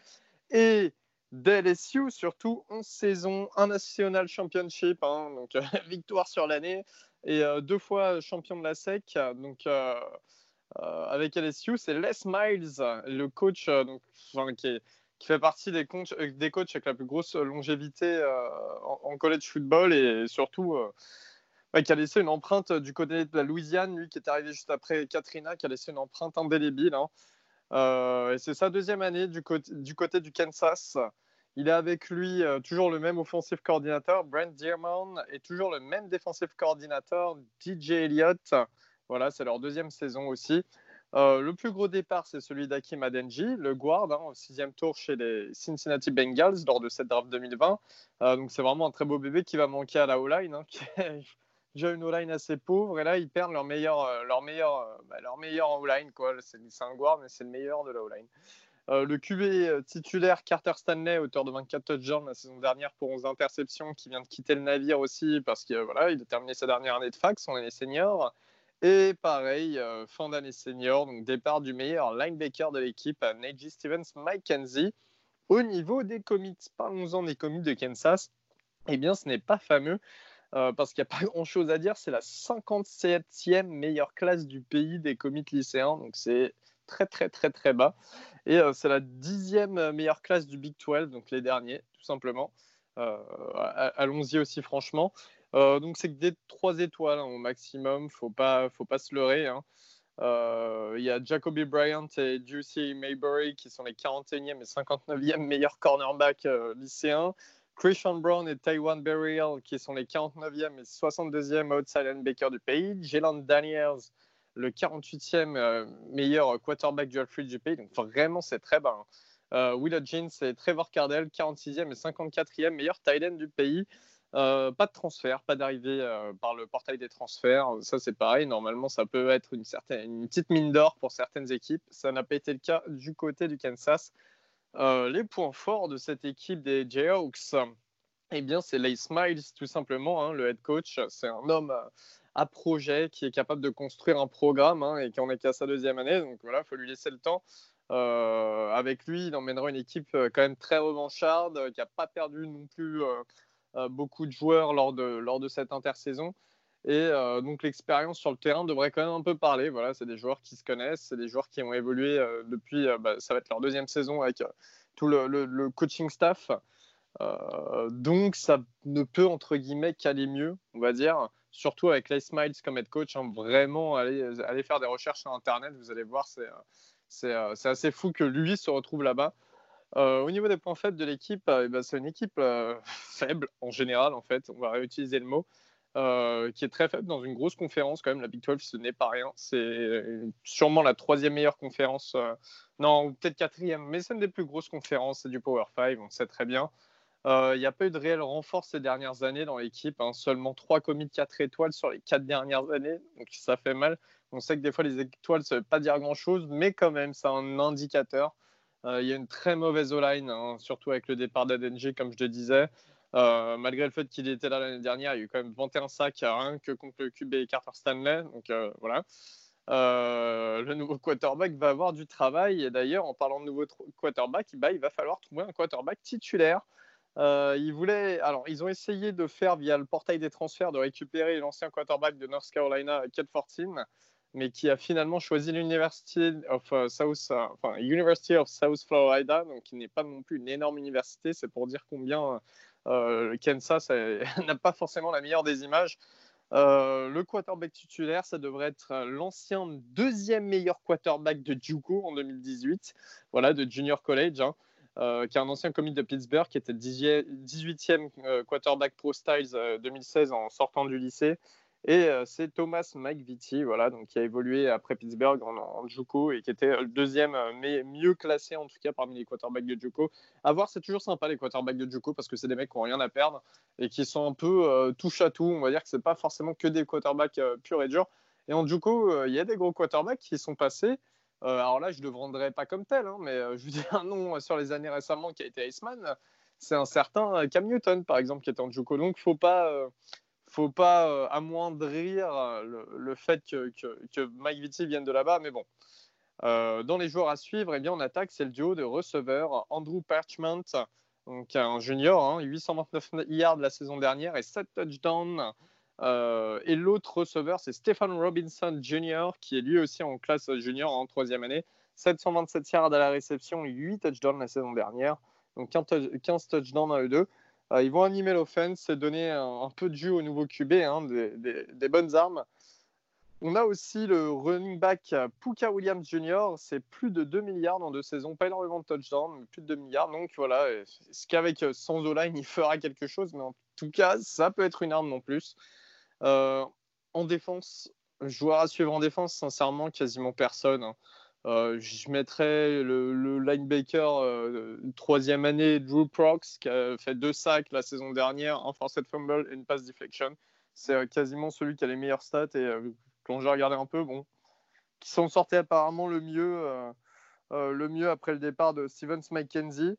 Et d'L S U, surtout onze saisons, un National Championship, hein, donc euh, victoire sur l'année, et euh, deux fois champion de la S E C. Donc, euh, euh, avec L S U, c'est Les Miles, le coach euh, donc, enfin, qui, est, qui fait partie des, coach, euh, des coachs avec la plus grosse longévité euh, en, en college football et surtout euh, ouais, qui a laissé une empreinte du côté de la Louisiane, lui qui est arrivé juste après Katrina, qui a laissé une empreinte indélébile. Hein. Euh, et c'est sa deuxième année du côté du, côté du Kansas. Il a avec lui euh, toujours le même offensive coordinateur, Brent Dearmon, et toujours le même defensive coordinateur, D J Elliott. Voilà, c'est leur deuxième saison aussi. Euh, le plus gros départ, c'est celui d'Hakeem Adeniji, le guard, hein, au sixième tour chez les Cincinnati Bengals lors de cette draft deux mille vingt. Euh, donc c'est vraiment un très beau bébé qui va manquer à la O-line, hein, qui est déjà une O-line assez pauvre, et là ils perdent leur meilleur, leur meilleur, bah, leur meilleur O-line, quoi. C'est, c'est un guard, mais c'est le meilleur de la O-line. Euh, le Q B titulaire Carter Stanley, auteur de vingt-quatre touchdowns la saison dernière pour onze interceptions, qui vient de quitter le navire aussi parce qu'il voilà, a terminé sa dernière année de fac, son année senior. Et pareil, euh, fin d'année senior, donc départ du meilleur linebacker de l'équipe, Najee Stevens McKenzie. Au niveau des commits, parlons-en des commits de Kansas. Eh bien, ce n'est pas fameux euh, parce qu'il n'y a pas grand-chose à dire. C'est la cinquante-septième meilleure classe du pays des commits lycéens, donc c'est très très très très bas. Et euh, c'est la dixième meilleure classe du Big douze, donc les derniers, tout simplement. Euh, allons-y aussi franchement. Euh, donc c'est que des trois étoiles hein, au maximum, faut pas, faut pas se leurrer. Hein. Euh, il y a Jacoby Bryant et Juicy Maybury qui sont les quarante et unième et cinquante-neuvième meilleurs cornerbacks euh, lycéens. Christian Brown et Taiwan Burial qui sont les quarante-neuvième et soixante-deuxième outside linebackers du pays. Jalen Daniels, le quarante-huitième euh, meilleur quarterback du Alfred du pays. Donc vraiment, c'est très bas. Hein. Euh, Will Jeans et Trevor Cardell, quarante-sixième et cinquante-quatrième meilleur tight end du pays. Euh, pas de transfert, pas d'arrivée euh, par le portail des transferts. Ça, c'est pareil. Normalement, ça peut être une, certaine, une petite mine d'or pour certaines équipes. Ça n'a pas été le cas du côté du Kansas. Euh, les points forts de cette équipe des Jayhawks, eh bien, c'est Lace Miles, tout simplement, hein, le head coach. C'est un homme à projet qui est capable de construire un programme hein, et qui en est qu'à sa deuxième année. Donc voilà, il faut lui laisser le temps. Euh, avec lui, il emmènera une équipe quand même très revancharde, qui n'a pas perdu non plus euh, euh, beaucoup de joueurs lors de, lors de cette intersaison. Et euh, donc l'expérience sur le terrain devrait quand même un peu parler. Voilà, c'est des joueurs qui se connaissent, c'est des joueurs qui ont évolué euh, depuis, euh, bah, ça va être leur deuxième saison avec euh, tout le, le, le coaching staff. Euh, donc ça ne peut entre guillemets qu'aller mieux, on va dire. Surtout avec Les Miles comme head coach, hein, vraiment allez, allez faire des recherches sur internet, vous allez voir, c'est, c'est, c'est assez fou que lui se retrouve là-bas. Euh, au niveau des points faibles de l'équipe, euh, bah, c'est une équipe euh, faible en général, en fait. On va réutiliser le mot. Euh, qui est très faible dans une grosse conférence quand même. La Big douze, ce n'est pas rien. C'est sûrement la troisième meilleure conférence. Euh, non, peut-être quatrième, mais c'est une des plus grosses conférences. C'est du Power five, on sait très bien. Il euh, n'y a pas eu de réel renfort ces dernières années dans l'équipe. Hein. Seulement trois commits quatre étoiles sur les quatre dernières années. Donc ça fait mal. On sait que des fois, les étoiles, ça ne veut pas dire grand-chose, mais quand même, c'est un indicateur. Il euh, y a une très mauvaise O-line, hein, surtout avec le départ d'Adeniji, comme je le disais. Euh, malgré le fait qu'il était là l'année dernière, il y a eu quand même vingt et un sacs rien que contre le Q B Carter Stanley. Donc euh, voilà. Euh, le nouveau quarterback va avoir du travail. Et d'ailleurs, en parlant de nouveau quarterback, bah, il va falloir trouver un quarterback titulaire. Euh, ils voulaient, alors ils ont essayé de faire via le portail des transferts de récupérer l'ancien quarterback de North Carolina, Kate Fortin, mais qui a finalement choisi l'University of uh, South, uh, enfin University of South Florida, donc qui n'est pas non plus une énorme université. C'est pour dire combien euh, le Kansas n'a pas forcément la meilleure des images. Euh, le quarterback titulaire, ça devrait être l'ancien deuxième meilleur quarterback de JUCO en deux mille dix-huit, voilà, de Junior College. Hein. euh, qui est un ancien commit de Pittsburgh, qui était dix-huitième euh, quarterback Pro Styles euh, deux mille seize en sortant du lycée. Et euh, c'est Thomas McVitie, voilà, donc qui a évolué après Pittsburgh en, en JUCO et qui était le deuxième, mais mieux classé en tout cas parmi les quarterbacks de JUCO. À voir, c'est toujours sympa les quarterbacks de JUCO parce que c'est des mecs qui n'ont rien à perdre et qui sont un peu euh, touche à tout. On va dire que c'est pas forcément que des quarterbacks euh, purs et durs. Et en JUCO, il euh, y a des gros quarterbacks qui sont passés. Euh, alors là, je ne le vendrai pas comme tel, hein, mais euh, je vous dis un nom sur les années récemment qui a été Iceman. C'est un certain Cam Newton, par exemple, qui était en JUCO. Donc, il ne faut pas. Euh, faut pas euh, amoindrir le, le fait que, que, que McVitie vienne de là-bas, mais bon. Euh, dans les joueurs à suivre, eh bien, en attaque, c'est le duo de receveurs Andrew Parchment, donc un junior, hein, huit cent vingt-neuf yards la saison dernière et sept touchdowns. Euh, et l'autre receveur, c'est Stephen Robinson junior, qui est lui aussi en classe junior en troisième année. sept cent vingt-sept yards à la réception, huit touchdowns la saison dernière. Donc quinze touchdowns à eux deux. Euh, ils vont animer l'offense et donner un, un peu de jus au nouveau Q B, hein, des, des, des bonnes armes. On a aussi le running back Puka Williams junior C'est plus de deux milliards en deux saisons. Pas énormément de touchdowns, mais plus de deux milliards. Donc voilà, ce qu'avec sans O-line, il fera quelque chose. Mais en tout cas, ça peut être une arme non plus. Euh, en défense, joueur à suivre en défense, sincèrement, quasiment personne. Hein. Euh, je mettrais le, le linebacker euh, troisième année, Drew Prox, qui a fait deux sacs la saison dernière, un forced fumble et une pass deflection. C'est euh, quasiment celui qui a les meilleures stats. Et euh, quand j'ai regardé un peu, bon, qui s'en sortait apparemment le mieux, euh, euh, le mieux après le départ de Stevens McKenzie.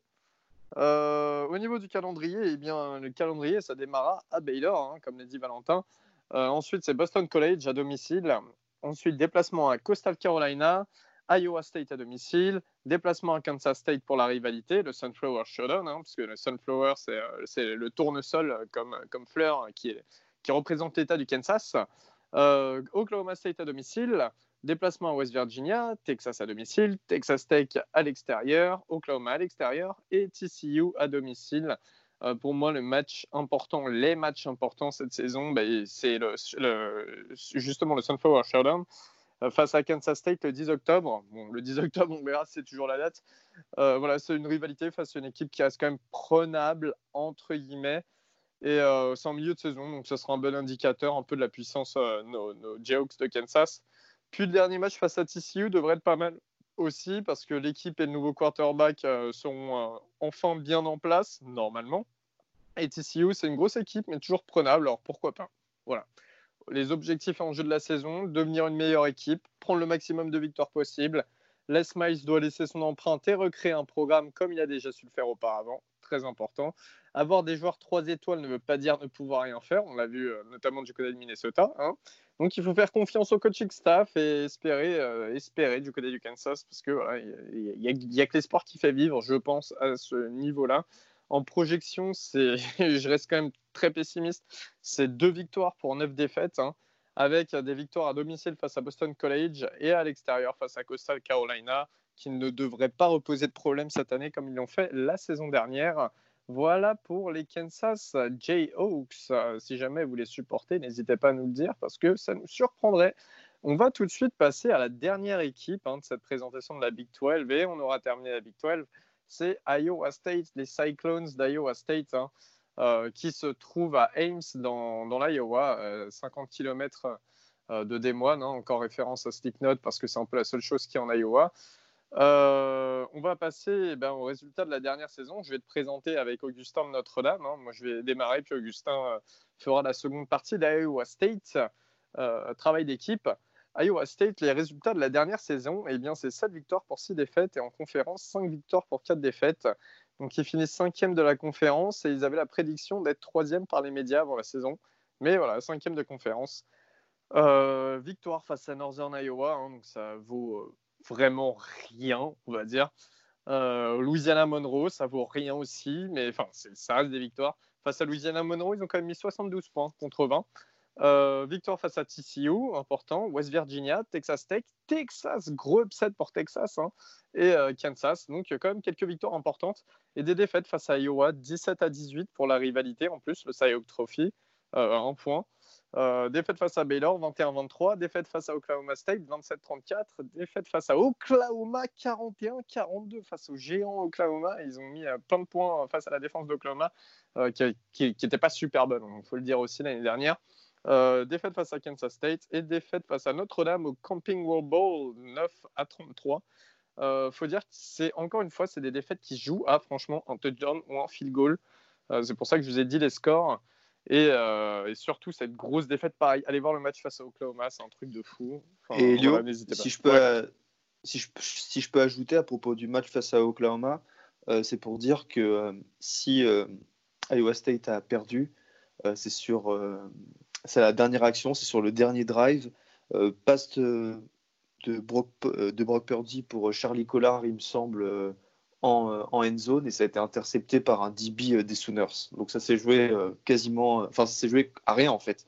Euh, au niveau du calendrier, eh bien, le calendrier, ça démarra à Baylor, hein, comme l'a dit Valentin. Euh, ensuite, c'est Boston College à domicile. Ensuite, déplacement à Coastal Carolina, Iowa State à domicile, déplacement à Kansas State pour la rivalité, le Sunflower Showdown, hein, parce que le Sunflower, c'est, c'est le tournesol comme, comme fleur qui, est, qui représente l'État du Kansas. Euh, Oklahoma State à domicile, déplacement à West Virginia, Texas à domicile, Texas Tech à l'extérieur, Oklahoma à l'extérieur et T C U à domicile. Euh, pour moi, le match important, les matchs importants cette saison, bah, c'est le, le, justement le Sunflower Showdown euh, face à Kansas State le dix octobre. Bon, le dix octobre, on verra, c'est toujours la date. Euh, voilà, c'est une rivalité face à une équipe qui reste quand même prenable, entre guillemets. Et euh, c'est en milieu de saison, donc ce sera un bon indicateur un peu de la puissance euh, nos, nos Jayhawks de Kansas. Puis le dernier match face à T C U devrait être pas mal aussi, parce que l'équipe et le nouveau quarterback euh, seront euh, enfin bien en place, normalement. Et T C U, c'est une grosse équipe, mais toujours prenable, alors pourquoi pas. Voilà. Les objectifs en jeu de la saison, devenir une meilleure équipe, prendre le maximum de victoires possible. Les Miles doit laisser son empreinte et recréer un programme comme il a déjà su le faire auparavant. Très important. Avoir des joueurs trois étoiles ne veut pas dire ne pouvoir rien faire. On l'a vu euh, notamment du côté de Minnesota. Hein. Donc il faut faire confiance au coaching staff et espérer, euh, espérer du côté du Kansas parce que voilà, il n'y a, a, a que l'espoir qui fait vivre, je pense, à ce niveau-là. En projection, c'est... je reste quand même très pessimiste. C'est deux victoires pour neuf défaites, hein, avec des victoires à domicile face à Boston College et à l'extérieur face à Coastal Carolina, qui ne devraient pas reposer de problème cette année comme ils l'ont fait la saison dernière. Voilà pour les Kansas Jayhawks. Euh, si jamais vous les supportez, n'hésitez pas à nous le dire parce que ça nous surprendrait. On va tout de suite passer à la dernière équipe hein, de cette présentation de la Big douze et on aura terminé la Big douze. C'est Iowa State, les Cyclones d'Iowa State, hein, euh, qui se trouvent à Ames dans, dans l'Iowa, euh, cinquante kilomètres euh, de Des Moines, hein, encore référence à Slipknot parce que c'est un peu la seule chose qui est en Iowa. Euh, on va passer eh ben, au résultat de la dernière saison. Je vais te présenter avec Augustin de Notre-Dame. Hein. Moi, je vais démarrer, puis Augustin euh, fera la seconde partie d'Iowa State, euh, travail d'équipe. Iowa State, les résultats de la dernière saison, eh bien, c'est sept victoires pour six défaites et en conférence, cinq victoires pour quatre défaites. Donc, ils finissent cinquième de la conférence et ils avaient la prédiction d'être troisième par les médias avant la saison. Mais voilà, cinquième de conférence. Euh, victoire face à Northern Iowa, hein, donc ça vaut euh, vraiment rien, on va dire. Euh, Louisiana Monroe, ça vaut rien aussi, mais enfin, ça reste des victoires. Face à Louisiana Monroe, ils ont quand même mis soixante-douze points contre vingt. Euh, victoire face à T C U, important. West Virginia, Texas Tech, Texas, gros upset pour Texas, hein, et euh, Kansas. Donc, quand même quelques victoires importantes. Et des défaites face à Iowa, dix-sept à dix-huit pour la rivalité. En plus, le Cy Young Trophy, euh, un point. Euh, défaite face à Baylor, vingt et un vingt-trois. Défaite face à Oklahoma State, vingt-sept trente-quatre. Défaite face à Oklahoma, quarante et un quarante-deux. Face aux géants Oklahoma, ils ont mis euh, plein de points face à la défense d'Oklahoma, euh, qui n'était pas super bonne, il faut le dire aussi l'année dernière. Euh, défaite face à Kansas State et défaite face à Notre-Dame au Camping World Bowl, neuf à trente-trois. Il euh, faut dire que c'est encore une fois, c'est des défaites qui jouent à franchement un touchdown ou un field goal. Euh, c'est pour ça que je vous ai dit les scores. Et, euh, et surtout, cette grosse défaite, pareil. Allez voir le match face à Oklahoma, c'est un truc de fou. Enfin, et Léo, voilà, n'hésitez si pas. je, peux, Ouais. euh, si, je, si je peux ajouter à propos du match face à Oklahoma, euh, c'est pour dire que euh, si euh, Iowa State a perdu, euh, c'est sur euh, c'est la dernière action, c'est sur le dernier drive, euh, passe de, de, Brock, de Brock Purdy pour Charlie Collard, il me semble, euh, en, en end zone, et ça a été intercepté par un D B des Sooners. Donc ça s'est joué euh, quasiment, enfin ça s'est joué à rien en fait.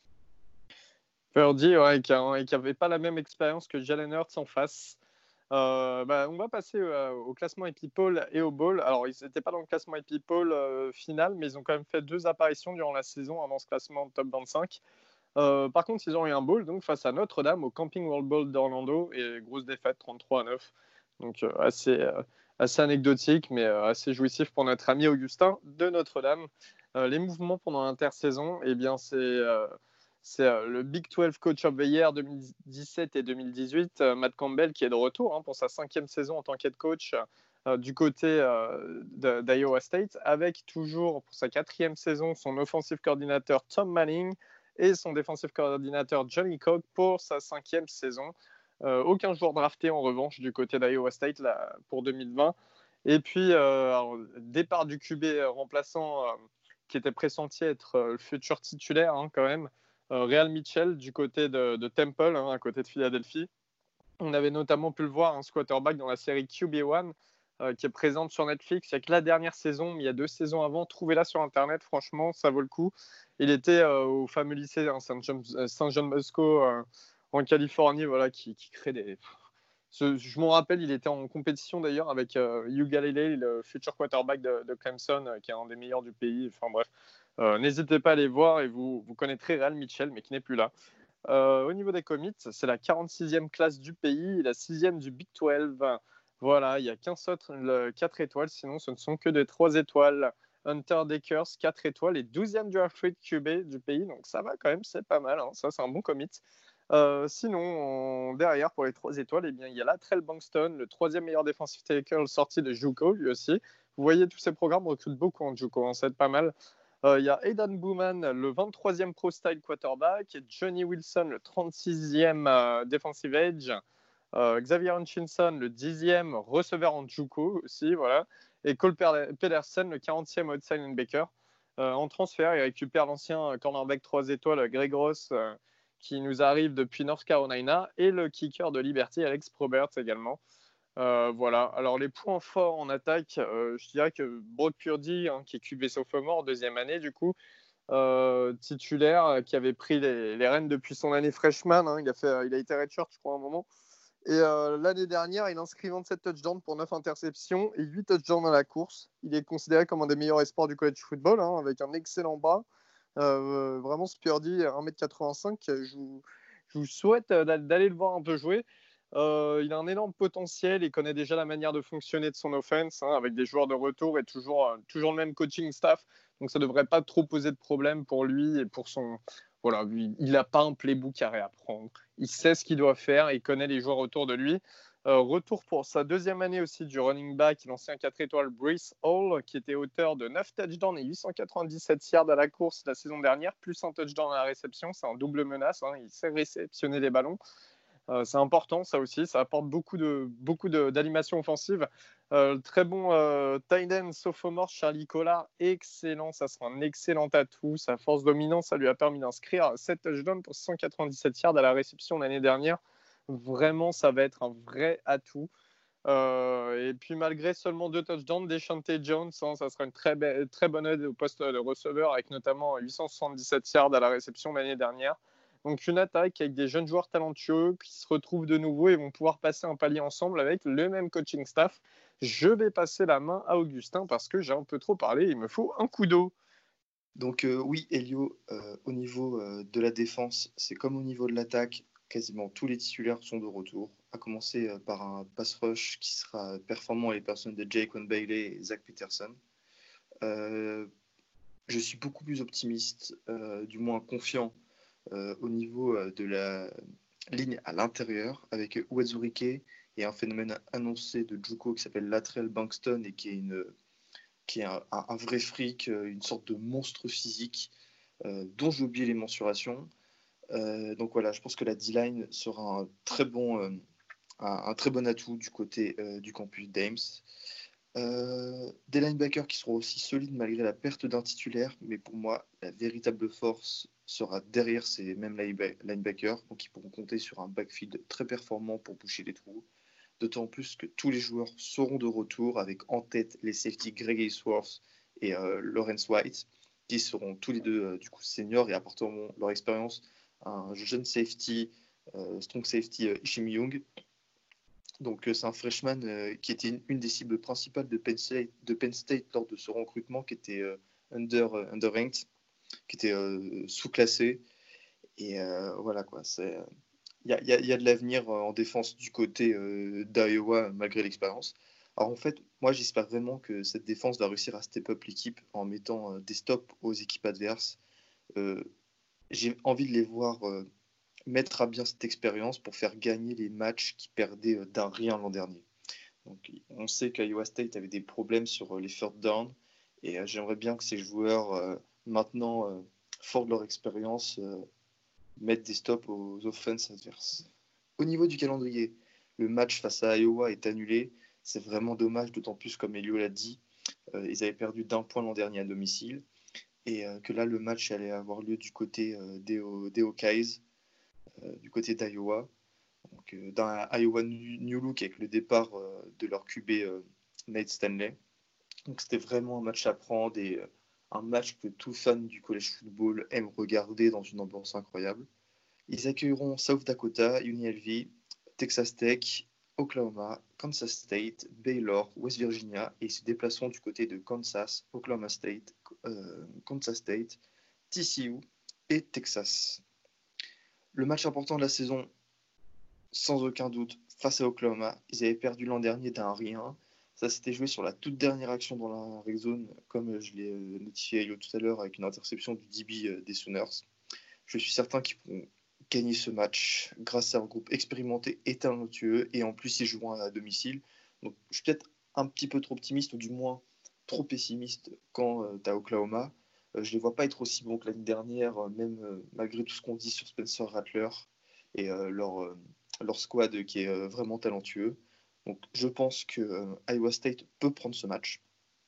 Purdy, ouais, qui n'avait pas la même expérience que Jalen Hurts en face. Euh, bah, on va passer euh, au classement Happy Poll et au Bowl. Alors, ils n'étaient pas dans le classement Happy Poll euh, final, mais ils ont quand même fait deux apparitions durant la saison hein, dans ce classement top vingt-cinq. Euh, par contre, ils ont eu un bowl donc, face à Notre-Dame au Camping World Bowl d'Orlando et grosse défaite trente-trois à neuf. Donc, euh, assez, euh, assez anecdotique, mais euh, assez jouissif pour notre ami Augustin de Notre-Dame. Euh, les mouvements pendant l'intersaison, eh bien, c'est. Euh, c'est euh, le Big douze Coach of the Year deux mille dix-sept et deux mille dix-huit, euh, Matt Campbell, qui est de retour hein, pour sa cinquième saison en tant qu'head coach euh, du côté euh, d'Iowa State, avec toujours pour sa quatrième saison son offensive coordinateur Tom Manning et son defensive coordinateur Johnny Cock pour sa cinquième saison. Euh, aucun joueur drafté en revanche du côté d'Iowa State là, pour deux mille vingt. Et puis, euh, alors, départ du Q B remplaçant euh, qui était pressenti être euh, le futur titulaire hein, quand même. Euh, Real Mitchell du côté de, de Temple, hein, à côté de Philadelphie. On avait notamment pu le voir, un quarterback dans la série Q B un, euh, qui est présente sur Netflix. Il n'y a que la dernière saison, mais il y a deux saisons avant. Trouvez-la sur Internet, franchement, ça vaut le coup. Il était euh, au fameux lycée hein, Saint John, Saint John Bosco euh, en Californie, voilà, qui, qui crée des... Ce, je m'en rappelle, il était en compétition d'ailleurs avec euh, Hugh Galilei, le futur quarterback de, de Clemson, euh, qui est un des meilleurs du pays. Enfin bref, euh, n'hésitez pas à aller voir et vous, vous connaîtrez Real Mitchell, mais qui n'est plus là. Euh, au niveau des commits, c'est la quarante-sixième classe du pays et la sixième du Big douze. Voilà, il n'y a qu'un seul quatre étoiles, sinon ce ne sont que des trois étoiles. Hunter Deckers, quatre étoiles et douzième du draft rate Q B du pays, donc ça va quand même, c'est pas mal, hein. Ça c'est un bon commit. Euh, sinon, on, derrière, pour les trois étoiles, eh bien, il y a Latrell Bankston, le troisième meilleur defensive tackle sorti de JUCO, lui aussi. Vous voyez, tous ces programmes recrutent beaucoup en JUCO, hein, c'est pas mal. Euh, il y a Aidan Bowman, le vingt-troisième Pro Style quarterback, et Johnny Wilson, le trente-sixième euh, defensive edge, euh, Xavier Hutchinson, le dixième receveur en JUCO aussi, voilà, et Cole Pedersen, le quarantième outside linebacker. Euh, en transfert, il récupère l'ancien cornerback trois étoiles, Greg Ross, euh, qui nous arrive depuis North Carolina, et le kicker de Liberty, Alex Probert également. Euh, voilà, alors les points forts en attaque, euh, je dirais que Brock Purdy, hein, qui est Q B sophomore, deuxième année du coup, euh, titulaire, euh, qui avait pris les, les rênes depuis son année freshman, hein, il, a fait, il a été redshirt je crois à un moment, et euh, l'année dernière il inscrit vingt-sept touchdowns pour neuf interceptions et huit touchdowns à la course. Il est considéré comme un des meilleurs espoirs du college football, hein, avec un excellent bras. Euh, vraiment, ce Purdy, un mètre quatre-vingt-cinq, je vous, je vous souhaite d'aller le voir un peu jouer. Euh, il a un énorme potentiel, il connaît déjà la manière de fonctionner de son offense, hein, avec des joueurs de retour et toujours, euh, toujours le même coaching staff. Donc ça ne devrait pas trop poser de problème pour lui et pour son... Voilà, lui, il n'a pas un playbook à réapprendre. Il sait ce qu'il doit faire, il connaît les joueurs autour de lui. Euh, retour pour sa deuxième année aussi du running back, l'ancien quatre étoiles Breece Hall, qui était auteur de neuf touchdowns et huit cent quatre-vingt-dix-sept yards à la course la saison dernière, plus un touchdown à la réception. C'est un double menace, hein, il sait réceptionner les ballons. Euh, c'est important, ça aussi, ça apporte beaucoup de beaucoup d'animation offensive. Euh, très bon euh, tight end sophomore Charlie Collard, excellent, ça sera un excellent atout. Sa force dominante, ça lui a permis d'inscrire sept touchdowns pour cent quatre-vingt-dix-sept yards à la réception l'année dernière. Vraiment, ça va être un vrai atout. Euh, et puis malgré seulement deux touchdowns, Deshaunte Jones, hein, ça sera une très, très bonne aide au poste de receveur, avec notamment huit cent soixante-dix-sept yards à la réception l'année dernière. Donc une attaque avec des jeunes joueurs talentueux qui se retrouvent de nouveau et vont pouvoir passer un palier ensemble avec le même coaching staff. Je vais passer la main à Augustin parce que j'ai un peu trop parlé, il me faut un coup d'eau. Donc euh, oui, Elio, euh, au niveau euh, de la défense, c'est comme au niveau de l'attaque, quasiment tous les titulaires sont de retour, à commencer euh, par un pass rush qui sera performant à les personnes de Jaquan Bailey et Zach Peterson. Euh, je suis beaucoup plus optimiste, euh, du moins confiant, euh, au niveau euh, de la ligne à l'intérieur, avec Uwazurike et un phénomène annoncé de Juco qui s'appelle Latrell Bankston et qui est, une, qui est un, un, un vrai freak, une sorte de monstre physique euh, dont j'ai oublié les mensurations. Euh, donc voilà, je pense que la D-line sera un très bon, euh, un, un très bon atout du côté euh, du campus d'Ames. Euh, des linebackers qui seront aussi solides malgré la perte d'un titulaire, mais pour moi, la véritable force sera derrière ces mêmes linebackers, donc ils pourront compter sur un backfield très performant pour boucher les trous. D'autant plus que tous les joueurs seront de retour, avec en tête les safety Greg Aisworth et euh, Lawrence White, qui seront tous les deux euh, du coup seniors et apporteront leur expérience à un jeune safety, euh, strong safety euh, Ishim Young. Donc euh, c'est un freshman euh, qui était une, une des cibles principales de Penn State, de Penn State lors de ce recrutement, qui était euh, under, euh, underranked, qui était euh, sous-classé. Et euh, voilà quoi, c'est il y a, y, a, y a de l'avenir en défense du côté euh, d'Iowa malgré l'expérience. Alors en fait, moi j'espère vraiment que cette défense va réussir à step up l'équipe en mettant euh, des stops aux équipes adverses. Euh, j'ai envie de les voir euh, mettre à bien cette expérience pour faire gagner les matchs qui perdaient euh, d'un rien l'an dernier. Donc, on sait qu'Iowa State avait des problèmes sur euh, les third down et euh, j'aimerais bien que ces joueurs, euh, maintenant euh, forts de leur expérience, euh, mettent des stops aux offenses adverses. Au niveau du calendrier, le match face à Iowa est annulé. C'est vraiment dommage, d'autant plus, comme Elio l'a dit, euh, ils avaient perdu d'un point l'an dernier à domicile et euh, que là, le match allait avoir lieu du côté euh, des, des Hawkeyes, euh, du côté d'Iowa. Donc, euh, dans un Iowa New Look avec le départ euh, de leur Q B euh, Nate Stanley. Donc c'était vraiment un match à prendre et euh, un match que tout fan du college football aime regarder dans une ambiance incroyable. Ils accueilleront South Dakota, U N L V, Texas Tech, Oklahoma, Kansas State, Baylor, West Virginia et ils se déplaceront du côté de Kansas, Oklahoma State, euh, Kansas State, T C U et Texas. Le match important de la saison, sans aucun doute, face à Oklahoma. Ils avaient perdu l'an dernier d'un rien. Ça s'était joué sur la toute dernière action dans la red zone, comme je l'ai notifié tout à l'heure avec une interception du D B des Sooners. Je suis certain qu'ils pourront gagner ce match grâce à un groupe expérimenté et talentueux, et en plus ils joueront à domicile. Donc je suis peut-être un petit peu trop optimiste, ou du moins trop pessimiste quand euh, tu as Oklahoma. Euh, je ne les vois pas être aussi bons que l'année dernière, euh, même euh, malgré tout ce qu'on dit sur Spencer Rattler et euh, leur, euh, leur squad qui est euh, vraiment talentueux. Donc je pense que euh, Iowa State peut prendre ce match.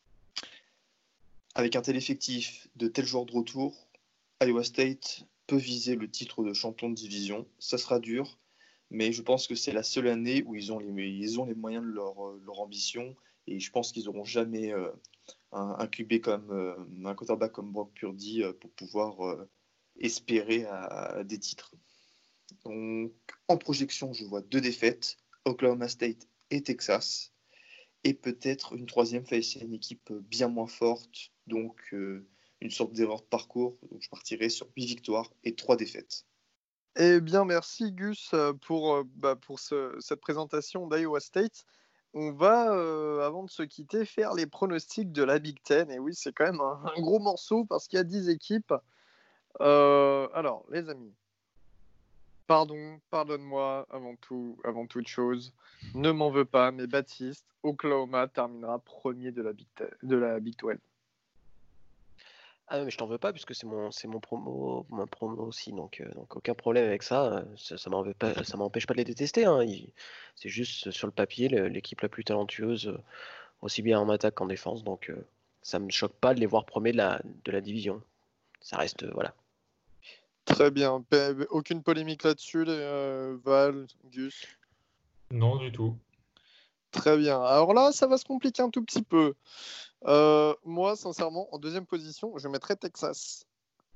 Avec un tel effectif, de tels joueurs de retour, Iowa State peut viser le titre de champion de division. Ça sera dur, mais je pense que c'est la seule année où ils ont les, ils ont les moyens de leur, leur ambition, et je pense qu'ils n'auront jamais euh, un, un Q B comme euh, un quarterback comme Brock Purdy euh, pour pouvoir euh, espérer à, à des titres. Donc, en projection, je vois deux défaites, Oklahoma State et Texas, et peut-être une troisième face à une équipe bien moins forte, donc euh, une sorte d'erreur de parcours. Donc je partirai sur huit victoires et trois défaites. Eh bien, merci Gus pour, bah, pour ce, cette présentation d'Iowa State. On va, euh, avant de se quitter, faire les pronostics de la Big Ten. Et oui, c'est quand même un, un gros morceau parce qu'il y a dix équipes. Euh, alors, les amis, pardon, pardonne-moi avant tout, avant toute chose. Ne m'en veux pas, mais Baptiste, Oklahoma terminera premier de la Big, Ten, de la Big douze. Ah mais je t'en veux pas puisque c'est mon c'est mon promo mon promo aussi, donc euh, donc aucun problème avec ça. Ça, ça m'empêche pas ça m'empêche pas de les détester, hein. Il- c'est juste sur le papier le- l'équipe la plus talentueuse, euh, aussi bien en attaque qu'en défense, donc euh, ça me choque pas de les voir premiers de la de la division. Ça reste euh, voilà. Très bien. Pe- Aucune polémique là-dessus, les, euh, Val, Gus. Non, du tout. Très bien. Alors là, ça va se compliquer un tout petit peu. Euh, moi, sincèrement, en deuxième position, je mettrais Texas.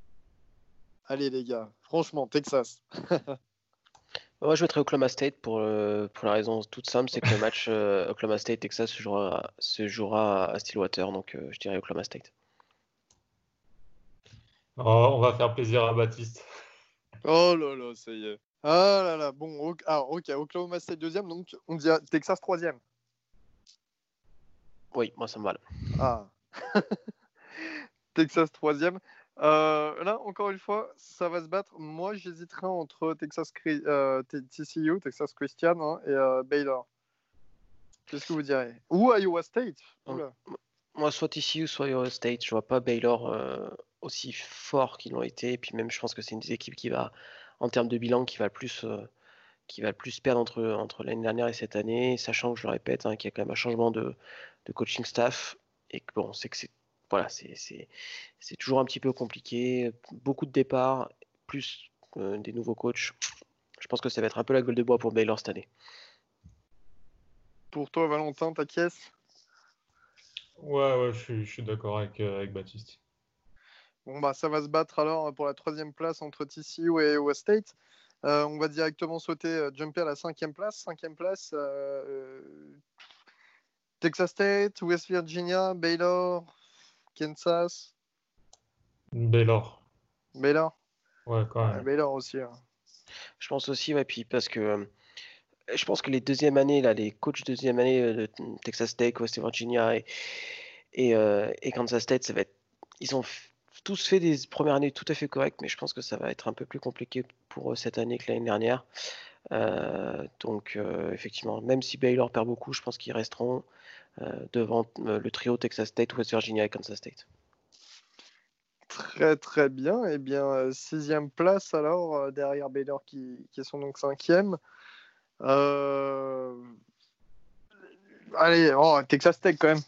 Allez, les gars, franchement, Texas. Moi je mettrais Oklahoma State pour euh, pour la raison toute simple, c'est que le match euh, Oklahoma State Texas se jouera se jouera à Stillwater, donc euh, je dirais Oklahoma State. Oh, on va faire plaisir à Baptiste. Oh là là, ça y est. Ah là là, bon, ok, alors, ok, Oklahoma State deuxième, donc on dit Texas troisième. Oui, moi ça me va là. Ah. Texas troisième. Euh, là, encore une fois, ça va se battre. Moi, j'hésiterais entre Texas euh, T C U, Texas Christian hein, et euh, Baylor. Qu'est-ce que vous direz? Ou Iowa State. Oula. Moi, soit T C U, soit Iowa State. Je vois pas Baylor euh, aussi fort qu'ils l'ont été. Et puis même, je pense que c'est une des équipes qui va, en termes de bilan, qui va le plus, euh, qui va le plus perdre entre, entre l'année dernière et cette année, sachant que je le répète, hein, qu'il y a quand même un changement de, de coaching staff et que bon, c'est que c'est voilà, c'est, c'est, c'est toujours un petit peu compliqué. Beaucoup de départs, plus euh, des nouveaux coachs. Je pense que ça va être un peu la gueule de bois pour Baylor cette année. Pour toi, Valentin, ta caisse? Ouais, ouais, je suis, je suis d'accord avec, euh, avec Baptiste. Bon, bah, ça va se battre alors pour la troisième place entre T C U et Iowa State. Euh, on va directement sauter, euh, jumper à la cinquième place. Cinquième place, euh, Texas State, West Virginia, Baylor, Kansas. Baylor. Baylor. Ouais, quand même. Ouais, Baylor aussi. Hein. Je pense aussi, ouais, puis parce que euh, je pense que les deuxièmes années, là, les coachs deuxième année de Texas Tech, West Virginia et, et, euh, et Kansas State, ça va être, ils ont f- tous fait des premières années tout à fait correctes, mais je pense que ça va être un peu plus compliqué pour eux cette année que l'année dernière. Euh, donc euh, effectivement, même si Baylor perd beaucoup, je pense qu'ils resteront euh, devant euh, le trio Texas State, West Virginia et Kansas State. Très très bien. Et eh bien, euh, sixième place alors, euh, derrière Baylor qui, qui sont donc cinquième. Euh... Allez, oh, Texas Tech quand même.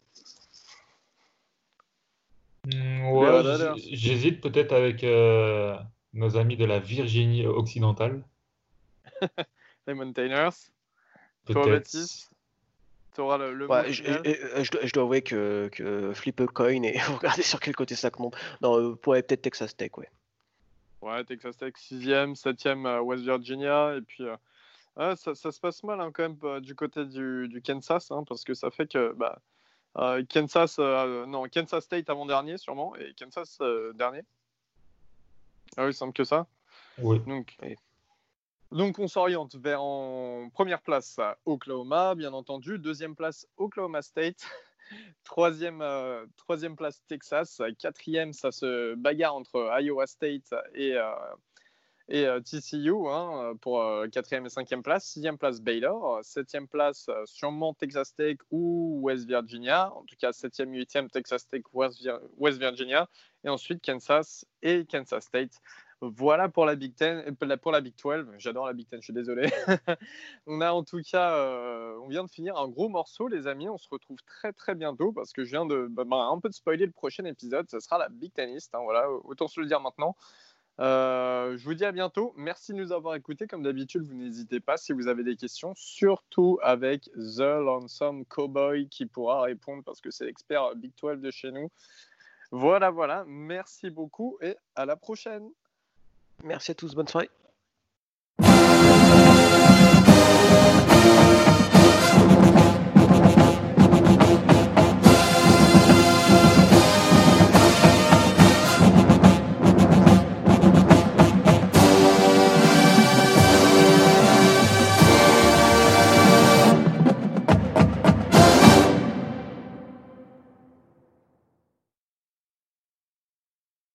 Mm, Les ouais, Red Raiders. j'hési- j'hésite peut-être avec euh, nos amis de la Virginie occidentale. Les Mountaineers. Toi, Peut-être. Baptiste, tu auras le, le mot Ouais, je, final. je- je dois, je dois avouer que, que flip a coin et regarder sur quel côté ça monte. Non, euh, ouais, peut-être Texas Tech, ouais. Ouais, Texas Tech sixième, septième euh, West Virginia. Et puis, euh, ouais, ça, ça se passe mal hein, quand même euh, du côté du, du Kansas, hein, parce que ça fait que bah, euh, Kansas, euh, non, Kansas State avant-dernier sûrement, et Kansas euh, dernier. Ah oui, il semble que ça. Oui. Donc, Oui. donc on s'oriente vers en première place Oklahoma, bien entendu. Deuxième place Oklahoma State. Troisième, euh, troisième place Texas. Quatrième, ça se bagarre entre Iowa State et, euh, et euh, T C U hein, pour euh, quatrième et cinquième place. Sixième place Baylor. Septième place euh, sûrement Texas Tech ou West Virginia. En tout cas, septième, huitième Texas Tech, West, Vir- West Virginia. Et ensuite Kansas et Kansas State. Voilà pour la Big Ten, pour la Big douze. J'adore la Big Ten, je suis désolé. On a en tout cas, euh, on vient de finir un gros morceau, les amis. On se retrouve très très bientôt parce que je viens de bah, un peu de spoiler le prochain épisode. Ce sera la Big Teniste. Hein, voilà, autant se le dire maintenant. Euh, je vous dis à bientôt. Merci de nous avoir écoutés. Comme d'habitude, vous n'hésitez pas si vous avez des questions, surtout avec The Lonesome Cowboy qui pourra répondre parce que c'est l'expert Big douze de chez nous. Voilà, voilà. Merci beaucoup et à la prochaine. Merci à tous, bonne soirée.